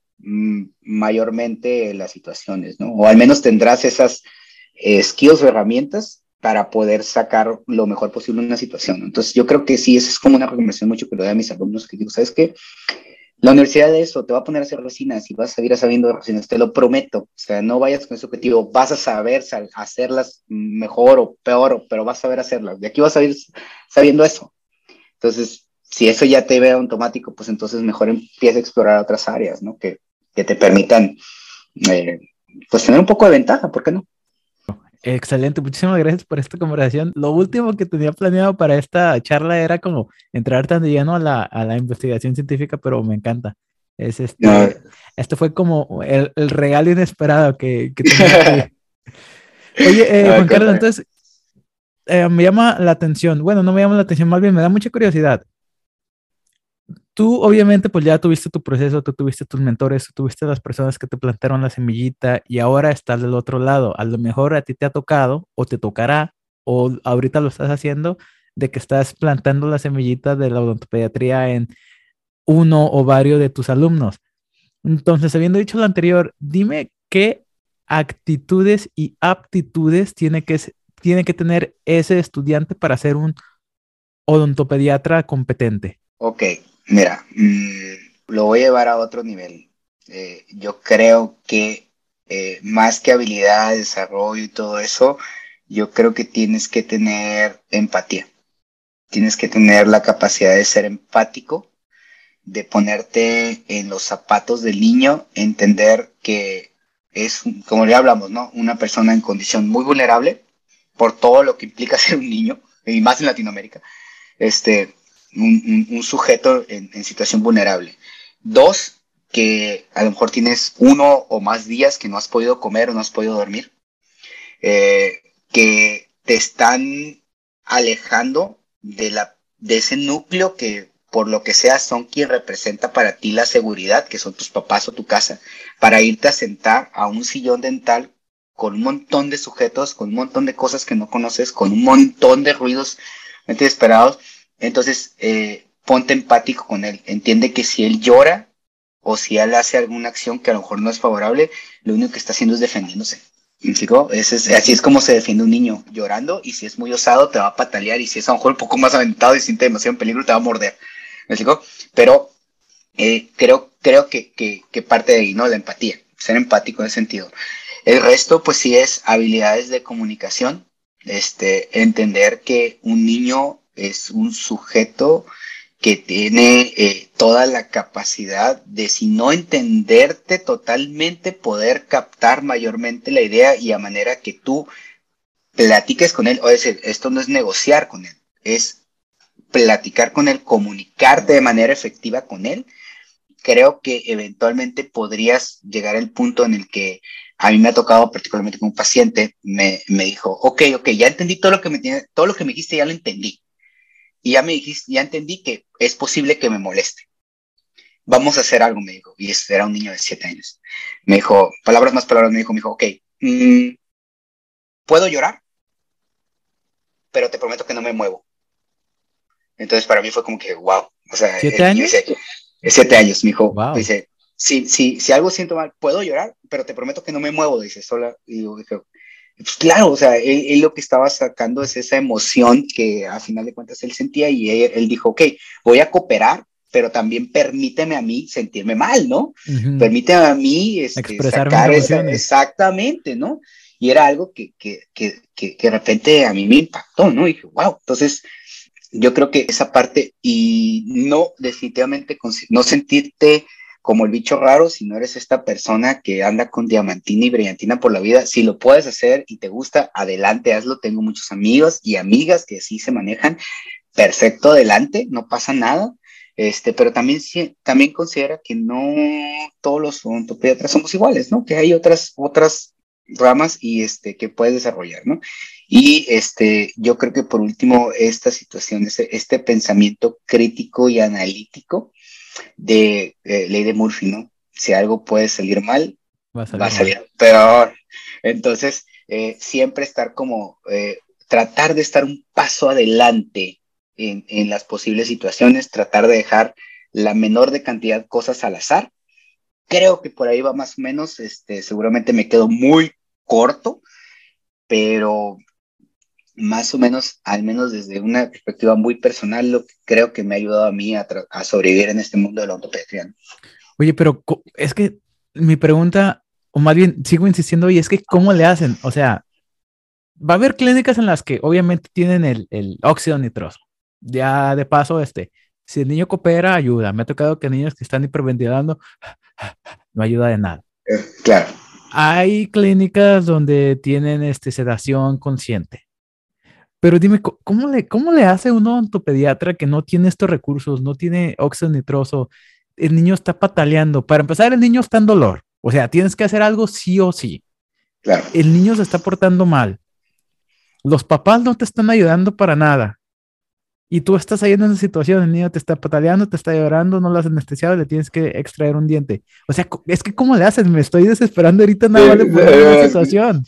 mayormente las situaciones, ¿no? O al menos tendrás esas skills o herramientas para poder sacar lo mejor posible en una situación, ¿no? Entonces, yo creo que sí, esa es como una recomendación mucho que le doy a mis alumnos, que digo, ¿sabes qué? La universidad de eso te va a poner a hacer resinas y vas a seguir sabiendo de resinas, te lo prometo. O sea, no vayas con ese objetivo, vas a saber hacerlas mejor o peor, pero vas a saber hacerlas. De aquí vas a ir sabiendo eso. Entonces, si eso ya te ve automático, pues entonces mejor empieza a explorar otras áreas, ¿no? Que te permitan, eh, pues tener un poco de ventaja, ¿por qué no? Excelente, muchísimas gracias por esta conversación. Lo último que tenía planeado para esta charla era como entrar tan de lleno a la investigación científica, pero me encanta. Es No, esto fue como el regalo inesperado que tenía aquí. Oye, no, al Juan Carlos, contrario. entonces me llama la atención. Bueno, no me llama la atención, más bien me da mucha curiosidad. Tú obviamente pues ya tuviste tu proceso, tú tuviste tus mentores, tú tuviste las personas que te plantaron la semillita y ahora estás del otro lado. A lo mejor a ti te ha tocado o te tocará o ahorita lo estás haciendo de que estás plantando la semillita de la odontopediatría en uno o varios de tus alumnos. Entonces, habiendo dicho lo anterior, dime qué actitudes y aptitudes tiene que tener ese estudiante para ser un odontopediatra competente. Ok, mira, lo voy a llevar a otro nivel. Yo creo que más que habilidad, desarrollo y todo eso, yo creo que tienes que tener empatía. Tienes que tener la capacidad de ser empático, de ponerte en los zapatos del niño, entender que es, como ya hablamos, ¿no? Una persona en condición muy vulnerable por todo lo que implica ser un niño, y más en Latinoamérica, este, un sujeto en situación vulnerable. Dos, que a lo mejor tienes uno o más días que no has podido comer o no has podido dormir, que te están alejando de ese núcleo que por lo que sea son quien representa para ti la seguridad, que son tus papás o tu casa, para irte a sentar a un sillón dental con un montón de sujetos, con un montón de cosas que no conoces, con un montón de ruidos esperados. Entonces, ponte empático con él. Entiende que si él llora o si él hace alguna acción que a lo mejor no es favorable, lo único que está haciendo es defendiéndose. ¿Me explico? Así es como se defiende un niño, llorando, y si es muy osado te va a patalear, y si es a lo mejor un poco más aventado y siente demasiado en peligro te va a morder. ¿Me explico? Pero creo que parte de ahí, ¿no? La empatía, ser empático en ese sentido. El resto, pues sí es habilidades de comunicación, entender que un niño es un sujeto que tiene toda la capacidad de, si no entenderte totalmente, poder captar mayormente la idea y a manera que tú platiques con él, o decir, esto no es negociar con él, es platicar con él, comunicarte de manera efectiva con él. Creo que eventualmente podrías llegar al punto en el que a mí me ha tocado, particularmente con un paciente, me dijo, ok, ya entendí todo lo que me dijiste, ya lo entendí. Y ya me dijiste, ya entendí que es posible que me moleste. vamos a hacer algo, me dijo, y era un niño de 7 años. Me dijo, palabras más palabras, me dijo, ok, puedo llorar, pero te prometo que no me muevo. Entonces para mí fue como que, wow, o sea, ¿Siete el niño años? dice, 7 años, me dijo, Wow. dice, si algo siento mal, puedo llorar, pero te prometo que no me muevo, dice, sola, y yo dije, pues claro, o sea, él lo que estaba sacando es esa emoción que a final de cuentas él sentía y él dijo, ok, voy a cooperar, pero también permíteme a mí sentirme mal, ¿no? Ujú. Permíteme a mí Expresar mis sacar esa, emociones. exactamente, ¿no? Y era algo que de repente a mí me impactó, ¿no? Y dije, wow, entonces yo creo que esa parte y no definitivamente no sentirte como el bicho raro si no eres esta persona que anda con diamantina y brillantina por la vida. Si lo puedes hacer y te gusta, adelante, hazlo. Tengo muchos amigos y amigas que así se manejan. Perfecto, adelante, no pasa nada. Pero también, también considera que no todos los odontopediatras somos iguales, ¿no? Que hay otras ramas y que puedes desarrollar, ¿no? Y yo creo que por último, esta situación, este pensamiento crítico y analítico de ley de Murphy, ¿no? Si algo puede salir mal, Va a va a salir mal. salir peor. Entonces, siempre estar como, tratar de estar un paso adelante en las posibles situaciones, tratar de dejar la menor de cantidad de cosas al azar. Creo que por ahí va más o menos, seguramente me quedo muy corto, pero más o menos, al menos desde una perspectiva muy personal, lo que creo que me ha ayudado a mí a sobrevivir en este mundo de la ortopedia, ¿no? Oye, pero es que mi pregunta, o más bien sigo insistiendo, y es que ¿cómo le hacen? O sea, va a haber clínicas en las que obviamente tienen el óxido nitroso. Ya de paso, si el niño coopera, ayuda. Me ha tocado que niños que están hiperventilando no ayuda de nada. Claro. Hay clínicas donde tienen sedación consciente. Pero dime, cómo le hace uno odontopediatra que no tiene estos recursos, no tiene óxido nitroso? El niño está pataleando. Para empezar, el niño está en dolor. O sea, tienes que hacer algo sí o sí. Claro. El niño se está portando mal. Los papás no te están ayudando para nada. Y tú estás ahí en esa situación, el niño te está pataleando, te está llorando, no lo has anestesiado, le tienes que extraer un diente. O sea, es que ¿cómo le haces? Me estoy desesperando ahorita nada más de ponerme en la situación.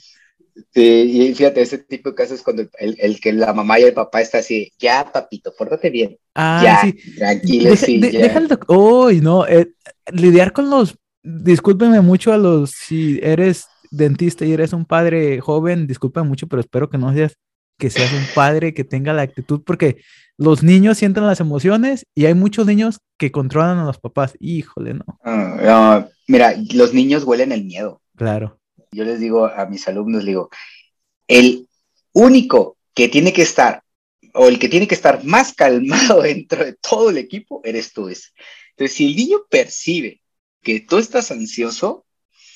Sí, y fíjate, ese tipo de casos cuando el que la mamá y el papá está así, ya papito, pórtate bien, Ay, ya, sí. tranquilo, sí, Deja ya. uy, no, lidiar con discúlpeme mucho a si eres dentista y eres un padre joven, discúlpeme mucho, pero espero que seas un padre que tenga la actitud, porque los niños sienten las emociones y hay muchos niños que controlan a los papás. Híjole, no. Mira, los niños huelen el miedo. Claro. Yo les digo a mis alumnos, les digo, el único que tiene que estar, o el que tiene que estar más calmado dentro de todo el equipo, eres tú. Entonces, si el niño percibe que tú estás ansioso,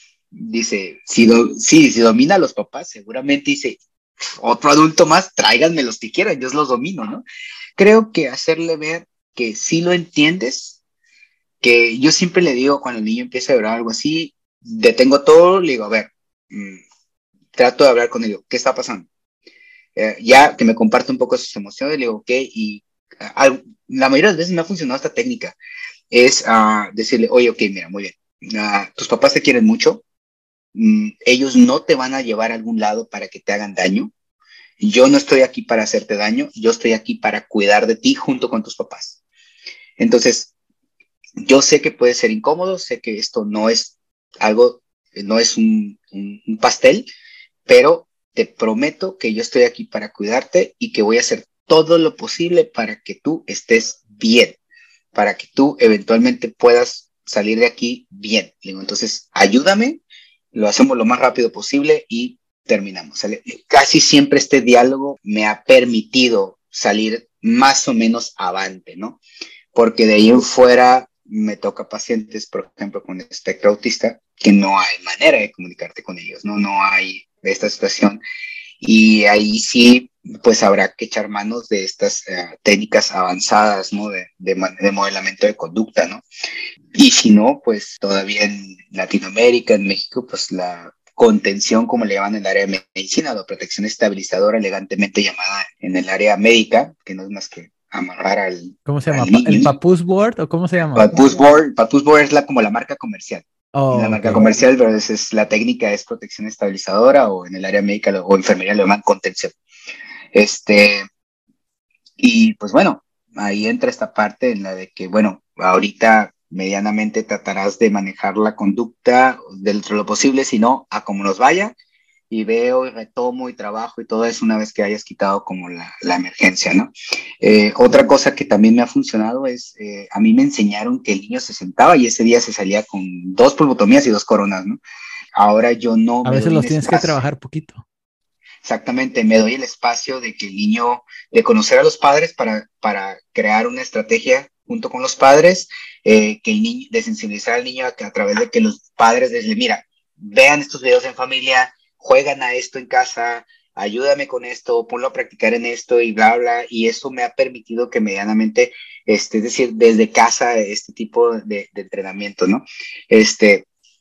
dice, si domina a los papás, seguramente dice, otro adulto más, tráiganme los que quieran, yo los domino, ¿no? Creo que hacerle ver que sí lo entiendes, que yo siempre le digo cuando el niño empieza a llorar algo así, detengo todo, le digo, a ver, trato de hablar con él, ¿qué está pasando? Ya que me comparte un poco sus emociones, le digo, ok, y la mayoría de las veces me ha funcionado esta técnica, es decirle, oye, ok, mira, muy bien, tus papás te quieren mucho, ellos no te van a llevar a algún lado para que te hagan daño, yo no estoy aquí para hacerte daño, yo estoy aquí para cuidar de ti junto con tus papás. Entonces, yo sé que puede ser incómodo, sé que esto no es algo, no es un pastel, pero te prometo que yo estoy aquí para cuidarte y que voy a hacer todo lo posible para que tú estés bien, para que tú eventualmente puedas salir de aquí bien. Digo, entonces, ayúdame, lo hacemos lo más rápido posible y terminamos. ¿Sale? Casi siempre este diálogo me ha permitido salir más o menos avante, ¿no? Porque de ahí en fuera me toca pacientes, por ejemplo, con espectro autista, que no hay manera de comunicarte con ellos, ¿no? No hay esta situación. Y ahí sí, pues habrá que echar manos de estas técnicas avanzadas, ¿no? De modelamiento de conducta, ¿no? Y si no, pues todavía en Latinoamérica, en México, pues la contención, como le llaman en el área de medicina, la protección estabilizadora, elegantemente llamada en el área médica, que no es más que amarrar ¿Cómo se al llama? ¿El niño. Papoose Board o cómo se llama? Papoose board es como la marca comercial. La Oh, marca ok. comercial, pero la técnica es protección estabilizadora o en el área médica o enfermería lo llaman contención. Este, y pues bueno, ahí entra esta parte en la de que, bueno, ahorita medianamente tratarás de manejar la conducta dentro de lo posible, si no, a como nos vaya, y veo y retomo y trabajo y todo eso una vez que hayas quitado como la emergencia, ¿no? Otra cosa que también me ha funcionado es, a mí me enseñaron que el niño se sentaba y ese día se salía con 2 pulvotomías y 2 coronas, ¿no? Ahora yo no A me veces doy el los tienes que espacio. trabajar poquito. Exactamente, me doy el espacio de que el niño, de conocer a los padres para crear una estrategia junto con los padres, que el niño, de sensibilizar al niño a través de que los padres les mira, vean estos videos en familia, juegan a esto en casa, ayúdame con esto, ponlo a practicar en esto y bla, bla, y eso me ha permitido que medianamente, es decir, desde casa, este tipo de entrenamiento, ¿no? Este,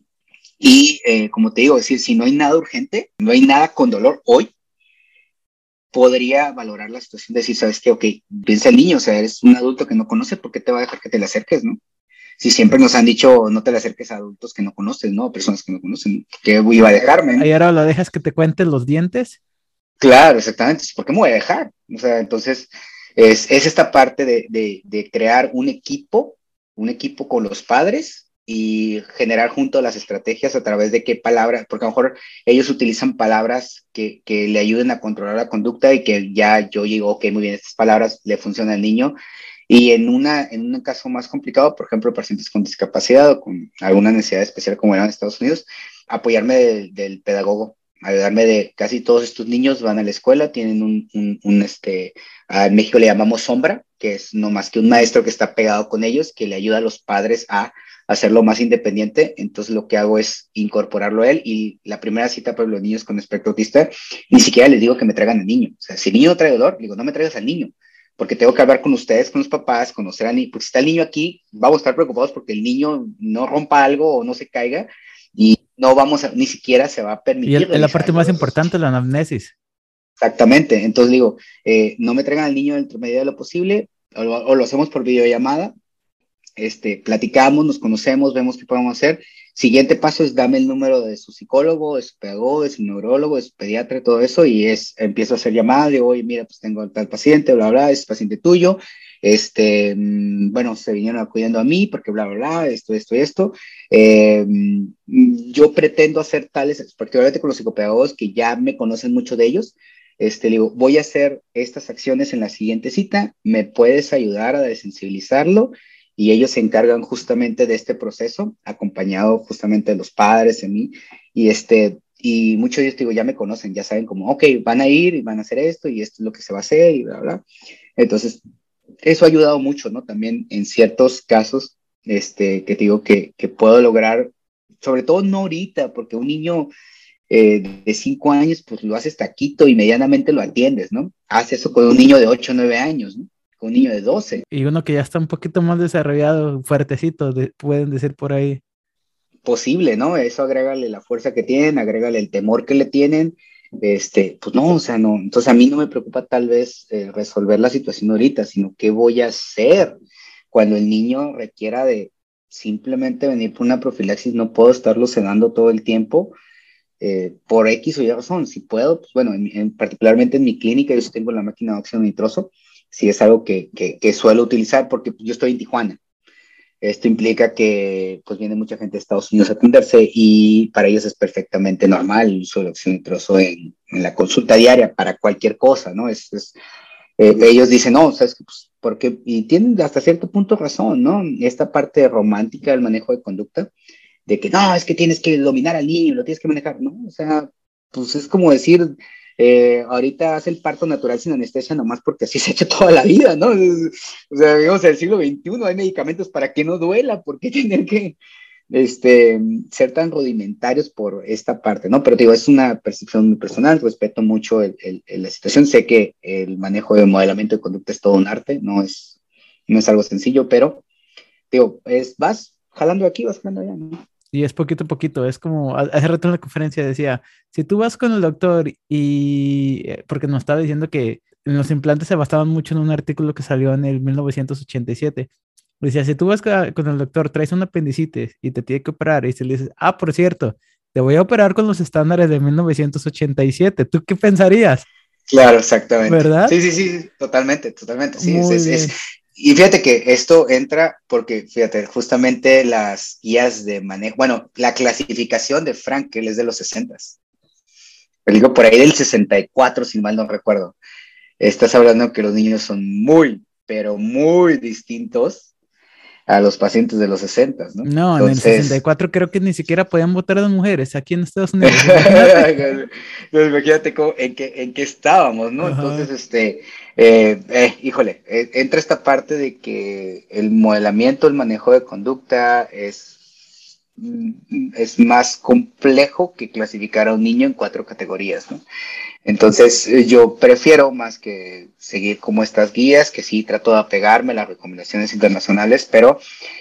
como te digo, es decir, si no hay nada urgente, no hay nada con dolor hoy, podría valorar la situación de decir, ¿sabes qué? Ok, piensa el niño, o sea, eres un adulto que no conoce, ¿por qué te va a dejar que te le acerques, no? Si siempre nos han dicho, no te le acerques a adultos que no conoces, ¿no? Personas que no conocen, ¿qué iba a dejarme, no? Ahí ahora lo dejas que te cuentes los dientes. Claro, exactamente, ¿por qué me voy a dejar? O sea, entonces, es esta parte de crear un equipo con los padres y generar juntos las estrategias a través de qué palabras, porque a lo mejor ellos utilizan palabras que le ayuden a controlar la conducta y que ya yo digo, ok, muy bien, estas palabras le funcionan al niño. Y en un caso más complicado, por ejemplo, pacientes con discapacidad o con alguna necesidad especial como eran en Estados Unidos, apoyarme del pedagogo, ayudarme de casi todos estos niños van a la escuela, tienen en México le llamamos sombra, que es no más que un maestro que está pegado con ellos, que le ayuda a los padres a hacerlo más independiente. Entonces lo que hago es incorporarlo a él y la primera cita para los niños con espectro autista, ni siquiera les digo que me traigan al niño. O sea, si el niño trae dolor, digo, no me traigas al niño, porque tengo que hablar con ustedes, con los papás, conocer al niño, porque si está el niño aquí, vamos a estar preocupados porque el niño no rompa algo o no se caiga y no vamos a, ni siquiera se va a Y permitir la revisar parte el más dolor. importante, la anamnesis. Exactamente, entonces digo, no me traigan al niño dentro medida de lo posible, o lo hacemos por videollamada, platicamos, nos conocemos, vemos qué podemos hacer. Siguiente paso es dame el número de su psicólogo, de su pedagogo, de su neurólogo, de su pediatra, todo eso, y empiezo a hacer llamadas, digo, oye, mira, pues tengo tal paciente, bla, bla, es paciente tuyo, bueno, se vinieron acudiendo a mí porque bla, bla, bla, esto y esto. Yo pretendo hacer tales, particularmente con los psicopedagogos que ya me conocen mucho de ellos, le digo, voy a hacer estas acciones en la siguiente cita, ¿me puedes ayudar a desensibilizarlo? Y ellos se encargan justamente de este proceso, acompañado justamente de los padres, de mí, y muchos de ellos, digo, ya me conocen, ya saben como, ok, van a ir y van a hacer esto, y esto es lo que se va a hacer, y bla, bla. Entonces, eso ha ayudado mucho, ¿no? También en ciertos casos, que te digo que puedo lograr, sobre todo no ahorita, porque un niño de 5 años, pues lo haces taquito y medianamente lo atiendes, ¿no? Haz eso con un niño de 8 o 9 años, ¿no? Con un niño de 12. Y uno que ya está un poquito más desarrollado, fuertecito, pueden decir por ahí. Posible, ¿no? Eso agrégale la fuerza que tienen, agrégale el temor que le tienen, pues no, o sea, no. Entonces a mí no me preocupa tal vez resolver la situación ahorita, sino qué voy a hacer cuando el niño requiera de simplemente venir por una profilaxis, no puedo estarlo sedando todo el tiempo por X o Y razón. Si puedo, pues bueno, particularmente en mi clínica yo sí tengo la máquina de óxido nitroso, si es algo que suelo utilizar porque yo estoy en Tijuana. Esto implica que pues viene mucha gente de Estados Unidos a atenderse y para ellos es perfectamente normal el uso de óxido nitroso en la consulta diaria para cualquier cosa, ¿no? Ellos dicen, no, ¿sabes qué? Pues, porque, y tienen hasta cierto punto razón, ¿no? Esta parte romántica del manejo de conducta, de que no, es que tienes que dominar al niño, lo tienes que manejar, ¿no? O sea, pues es como decir, ahorita hace el parto natural sin anestesia nomás porque así se ha hecho toda la vida, ¿no? O sea, vivimos en el siglo XXI, hay medicamentos para que no duela, ¿por qué tener que ser tan rudimentarios por esta parte, ¿no? Pero digo, es una percepción muy personal, respeto mucho la situación, sé que el manejo de modelamiento de conducta es todo un arte, no es algo sencillo, pero digo, vas jalando aquí, vas jalando allá, ¿no? Y es poquito a poquito, es como, hace rato en la conferencia decía, si tú vas con el doctor y, porque nos estaba diciendo que en los implantes se basaban mucho en un artículo que salió en el 1987. Decía, si tú vas con el doctor, traes un apendicitis y te tiene que operar y se le dices, ah, por cierto, te voy a operar con los estándares de 1987. ¿Tú qué pensarías? Claro, exactamente. ¿Verdad? Sí, sí, sí, totalmente, totalmente. Sí, Muy bien. y fíjate que esto entra porque, fíjate, justamente las guías de manejo, bueno, la clasificación de Frankel es de los 60. Digo, por ahí del 64, si mal no recuerdo. Estás hablando que los niños son muy, pero muy distintos a los pacientes de los 60, ¿no? No, en el Entonces, 64 creo que ni siquiera podían votar a las mujeres aquí en Estados Unidos. Imagínate. entonces, imagínate en qué estábamos, ¿no? Entonces, Ajá. híjole, entra esta parte de que el modelamiento, el manejo de conducta es más complejo que clasificar a un niño en 4 categorías, ¿no? Entonces, yo prefiero más que seguir como estas guías, que sí trato de apegarme a las recomendaciones internacionales, pero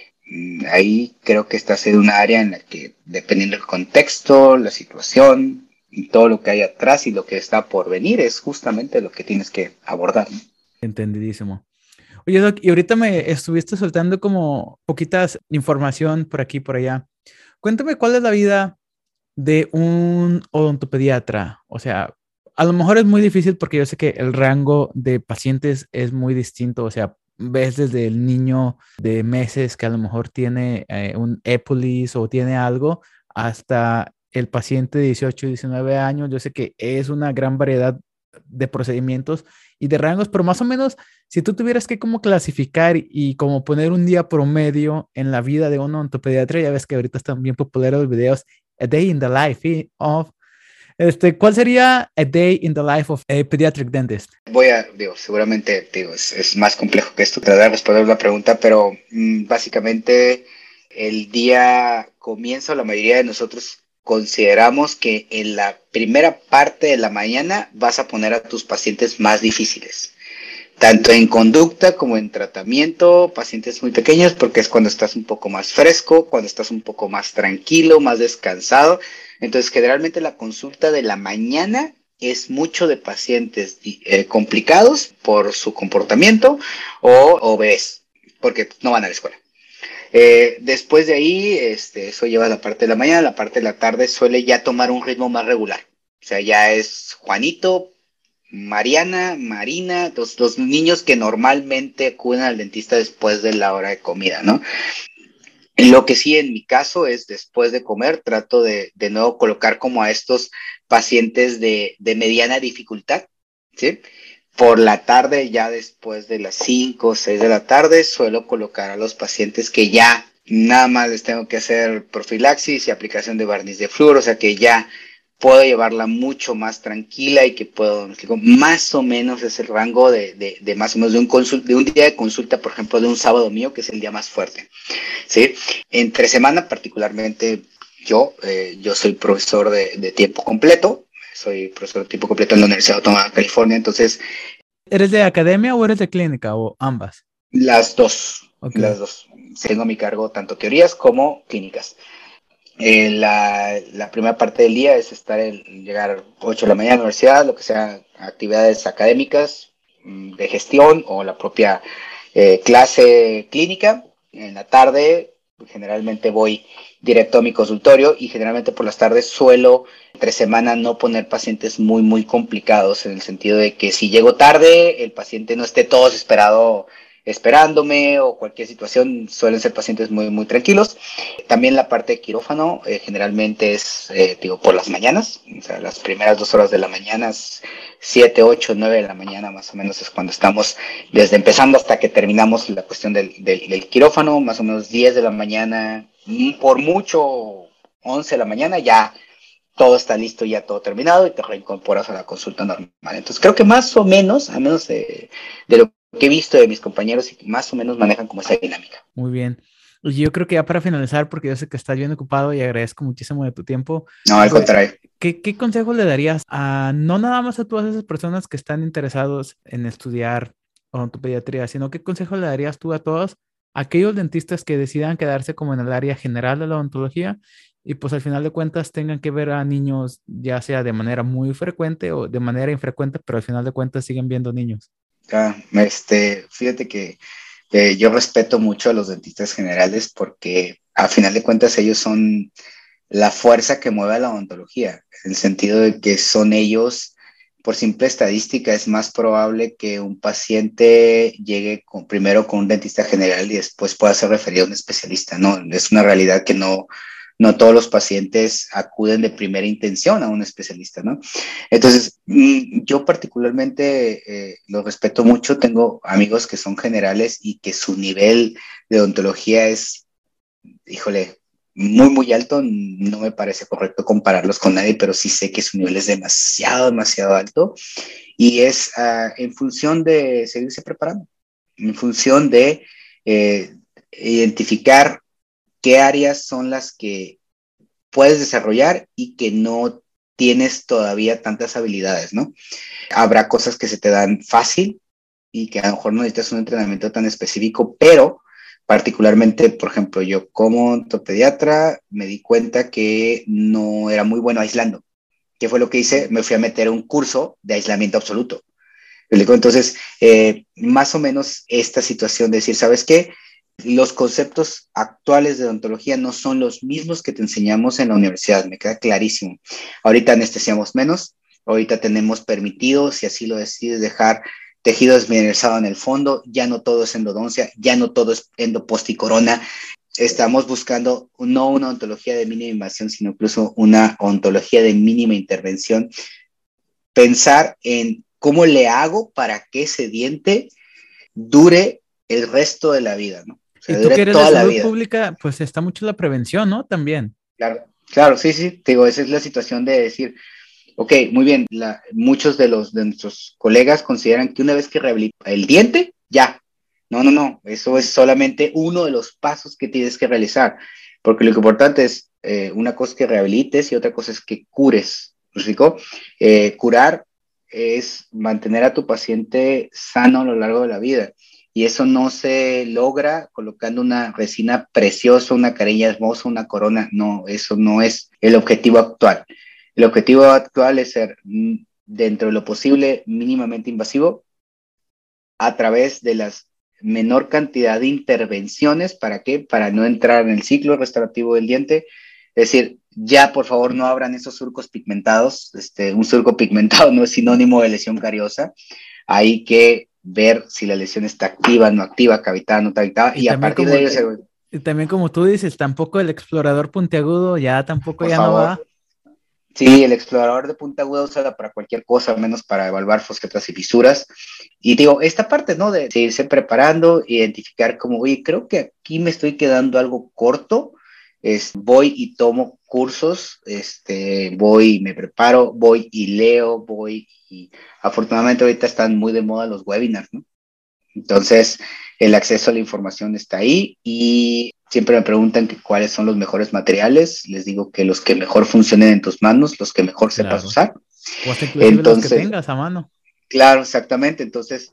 ahí creo que estás en un área en la que, dependiendo del contexto, la situación y todo lo que hay atrás y lo que está por venir, es justamente lo que tienes que abordar, ¿no? Entendidísimo. Oye, Doc, y ahorita me estuviste soltando como poquitas información por aquí y por allá. Cuéntame cuál es la vida de un odontopediatra. O sea, a lo mejor es muy difícil porque yo sé que el rango de pacientes es muy distinto. O sea, ves desde el niño de meses que a lo mejor tiene un épolis o tiene algo hasta el paciente de 18, 19 años. Yo sé que es una gran variedad de procedimientos y de rangos, pero más o menos, si tú tuvieras que como clasificar y como poner un día promedio en la vida de un odontopediatra, ya ves que ahorita están bien populares los videos A Day in the Life of, ¿cuál sería A Day in the Life of a Pediatric Dentist? Digo, seguramente, digo, es más complejo que esto, tratar de responder la pregunta, pero básicamente el día comienza, la mayoría de nosotros consideramos que en la primera parte de la mañana vas a poner a tus pacientes más difíciles, tanto en conducta como en tratamiento, pacientes muy pequeños, porque es cuando estás un poco más fresco, cuando estás un poco más tranquilo, más descansado. Entonces, generalmente la consulta de la mañana es mucho de pacientes complicados por su comportamiento o bebés, porque no van a la escuela. Después de ahí, eso lleva a la parte de la mañana, la parte de la tarde suele ya tomar un ritmo más regular. O sea, ya es Juanito, Mariana, Marina, los niños que normalmente acuden al dentista después de la hora de comida, ¿no? Lo que sí en mi caso es después de comer, trato de nuevo colocar como a estos pacientes de mediana dificultad, ¿sí? Por la tarde, ya después de las 5 o 6 de la tarde, suelo colocar a los pacientes que ya nada más les tengo que hacer profilaxis y aplicación de barniz de flúor, o sea que ya puedo llevarla mucho más tranquila y que puedo, más o menos es el rango de más o menos de un día de consulta, por ejemplo, de un sábado mío, que es el día más fuerte, ¿sí? Entre semana particularmente yo soy profesor de tiempo completo, soy profesor de tiempo completo en la Universidad Autónoma de California, entonces ¿Eres de academia o eres de clínica o ambas? las dos, Ok. las dos. Tengo a mi cargo tanto teorías como clínicas. La primera parte del día es llegar 8 de la mañana a la universidad, lo que sea actividades académicas, de gestión o la propia clase clínica. En la tarde generalmente voy directo a mi consultorio y generalmente por las tardes suelo entre semana no poner pacientes muy muy complicados en el sentido de que si llego tarde el paciente no esté todo desesperado esperándome o cualquier situación, suelen ser pacientes muy muy tranquilos. También la parte de quirófano generalmente es, digo, por las mañanas, o sea, las primeras 2 horas de la mañana, 7, 8, 9 de la mañana más o menos es cuando estamos, desde empezando hasta que terminamos la cuestión del quirófano, más o menos 10 de la mañana, por mucho 11 de la mañana, ya todo está listo, ya todo terminado y te reincorporas a la consulta normal. Entonces creo que más o menos, a menos de lo que he visto de mis compañeros, más o menos manejan como esa dinámica. Muy bien. Y yo creo que ya para finalizar, porque yo sé que estás bien ocupado y agradezco muchísimo de tu tiempo, No, al contrario. ¿qué consejo le darías a no nada más a todas esas personas que están interesados en estudiar odontopediatría, sino qué consejo le darías tú a todos aquellos dentistas que decidan quedarse como en el área general de la odontología y pues al final de cuentas tengan que ver a niños, ya sea de manera muy frecuente o de manera infrecuente, pero al final de cuentas siguen viendo niños. Fíjate que yo respeto mucho a los dentistas generales porque a final de cuentas ellos son la fuerza que mueve a la odontología, en el sentido de que son ellos, por simple estadística, es más probable que un paciente llegue primero con un dentista general y después pueda ser referido a un especialista, ¿no? Es una realidad que no todos los pacientes acuden de primera intención a un especialista, ¿no? Entonces, yo particularmente lo respeto mucho, tengo amigos que son generales y que su nivel de odontología es, híjole, muy, muy alto. No me parece correcto compararlos con nadie, pero sí sé que su nivel es demasiado, demasiado alto y es en función de seguirse preparando, en función de eh, identificar qué áreas son las que puedes desarrollar y que no tienes todavía tantas habilidades, ¿no? Habrá cosas que se te dan fácil y que a lo mejor no necesitas un entrenamiento tan específico, pero particularmente, por ejemplo, yo como ortopediatra me di cuenta que no era muy bueno aislando. ¿Qué fue lo que hice? Me fui a meter a un curso de aislamiento absoluto. Entonces, más o menos esta situación de decir, ¿sabes qué? Los conceptos actuales de odontología no son los mismos que te enseñamos en la universidad, me queda clarísimo. Ahorita anestesiamos menos, ahorita tenemos permitido, si así lo decides, dejar tejido desmineralizado en el fondo, ya no todo es endodoncia, ya no todo es endopost y corona. Estamos buscando no una ontología de mínima invasión, sino incluso una ontología de mínima intervención. Pensar en cómo le hago para que ese diente dure el resto de la vida, ¿no? O Y sea, tú dure que eres de toda la salud vida. pública, pues está mucho la prevención, ¿no? También. Claro, claro, sí, sí. Te digo, esa es la situación de decir, ok, muy bien, muchos de nuestros colegas consideran que una vez que rehabilita el diente, ya. No, eso es solamente uno de los pasos que tienes que realizar, porque lo importante es, una cosa es que rehabilites y otra cosa es que cures, ¿me explico? Curar es mantener a tu paciente sano a lo largo de la vida. Y eso no se logra colocando una resina preciosa, una carilla hermosa, una corona. No, eso no es el objetivo actual. El objetivo actual es ser, dentro de lo posible, mínimamente invasivo a través de la menor cantidad de intervenciones. ¿Para qué? Para no entrar en el ciclo restaurativo del diente. Es decir, ya por favor no abran esos surcos pigmentados. Un surco pigmentado no es sinónimo de lesión cariosa. Hay que ver si la lesión está activa, no activa, cavitada, no cavitada, Y y a también partir de como, ello, y también como tú dices, tampoco el explorador puntiagudo ya tampoco por ya no va. favor. Sí, el explorador de punta aguda usa para cualquier cosa, menos para evaluar fosquetas y fisuras. Y digo, esta parte, ¿no? De seguirse preparando, identificar como, oye, creo que aquí me estoy quedando algo corto. Voy y tomo cursos, voy y me preparo, voy y leo, voy y afortunadamente ahorita están muy de moda los webinars, ¿no? Entonces, el acceso a la información está ahí y siempre me preguntan que cuáles son los mejores materiales. Les digo que los que mejor funcionen en tus manos, los que mejor sepas Claro. usar. O hasta inclusive los que Entonces, tengas a mano. claro, exactamente. Entonces,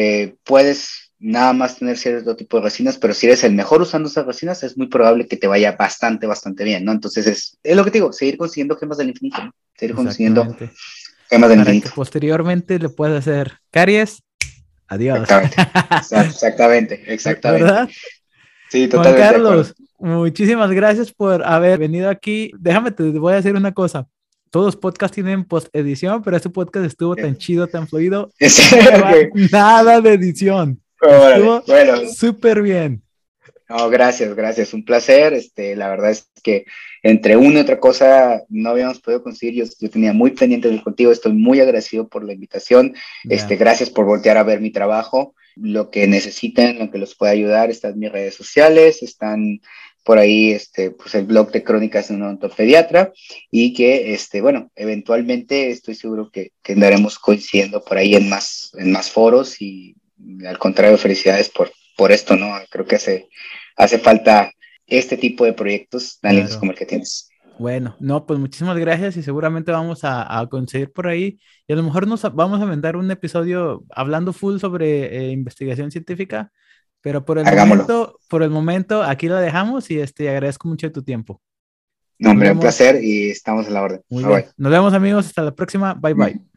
puedes nada más tener cierto tipo de resinas, pero si eres el mejor usando esas resinas, es muy probable que te vaya bastante, bastante bien, ¿no? Entonces, es lo que te digo, seguir consiguiendo gemas del infinito, ¿no? Seguir consiguiendo Exactamente. gemas del Para que infinito. posteriormente le puedas hacer caries. Adiós. Exactamente. Exactamente, exactamente. ¿Verdad? Sí, Juan totalmente de acuerdo. Carlos, muchísimas gracias por haber venido aquí. Déjame, te voy a decir una cosa. Todos los podcasts tienen post edición, pero este podcast estuvo tan chido, tan fluido, no lleva Ok, nada de edición. órale. Estuvo Bueno, súper bien. no, gracias, gracias. Un placer. La verdad es que entre una y otra cosa no habíamos podido conseguir. Yo tenía muy pendiente de ir contigo. Estoy muy agradecido por la invitación. Ya. Gracias por voltear a ver mi trabajo. Lo que necesiten, lo que los pueda ayudar, están en mis redes sociales, están por ahí, pues el blog de Crónicas de un Odontopediatra y que, bueno, eventualmente estoy seguro que andaremos coincidiendo por ahí en más foros y al contrario, felicidades por esto, ¿no? Creo que hace falta este tipo de proyectos tan lindos Claro. como el que tienes. Bueno, no, pues muchísimas gracias y seguramente vamos a conseguir por ahí y a lo mejor nos vamos a inventar un episodio hablando full sobre investigación científica, pero Hagámoslo. por el momento aquí la dejamos y agradezco mucho tu tiempo. No, hombre, un placer y estamos a la orden. Muy Bye, bien. bye. Nos vemos, amigos. Hasta la próxima. Bye, bye.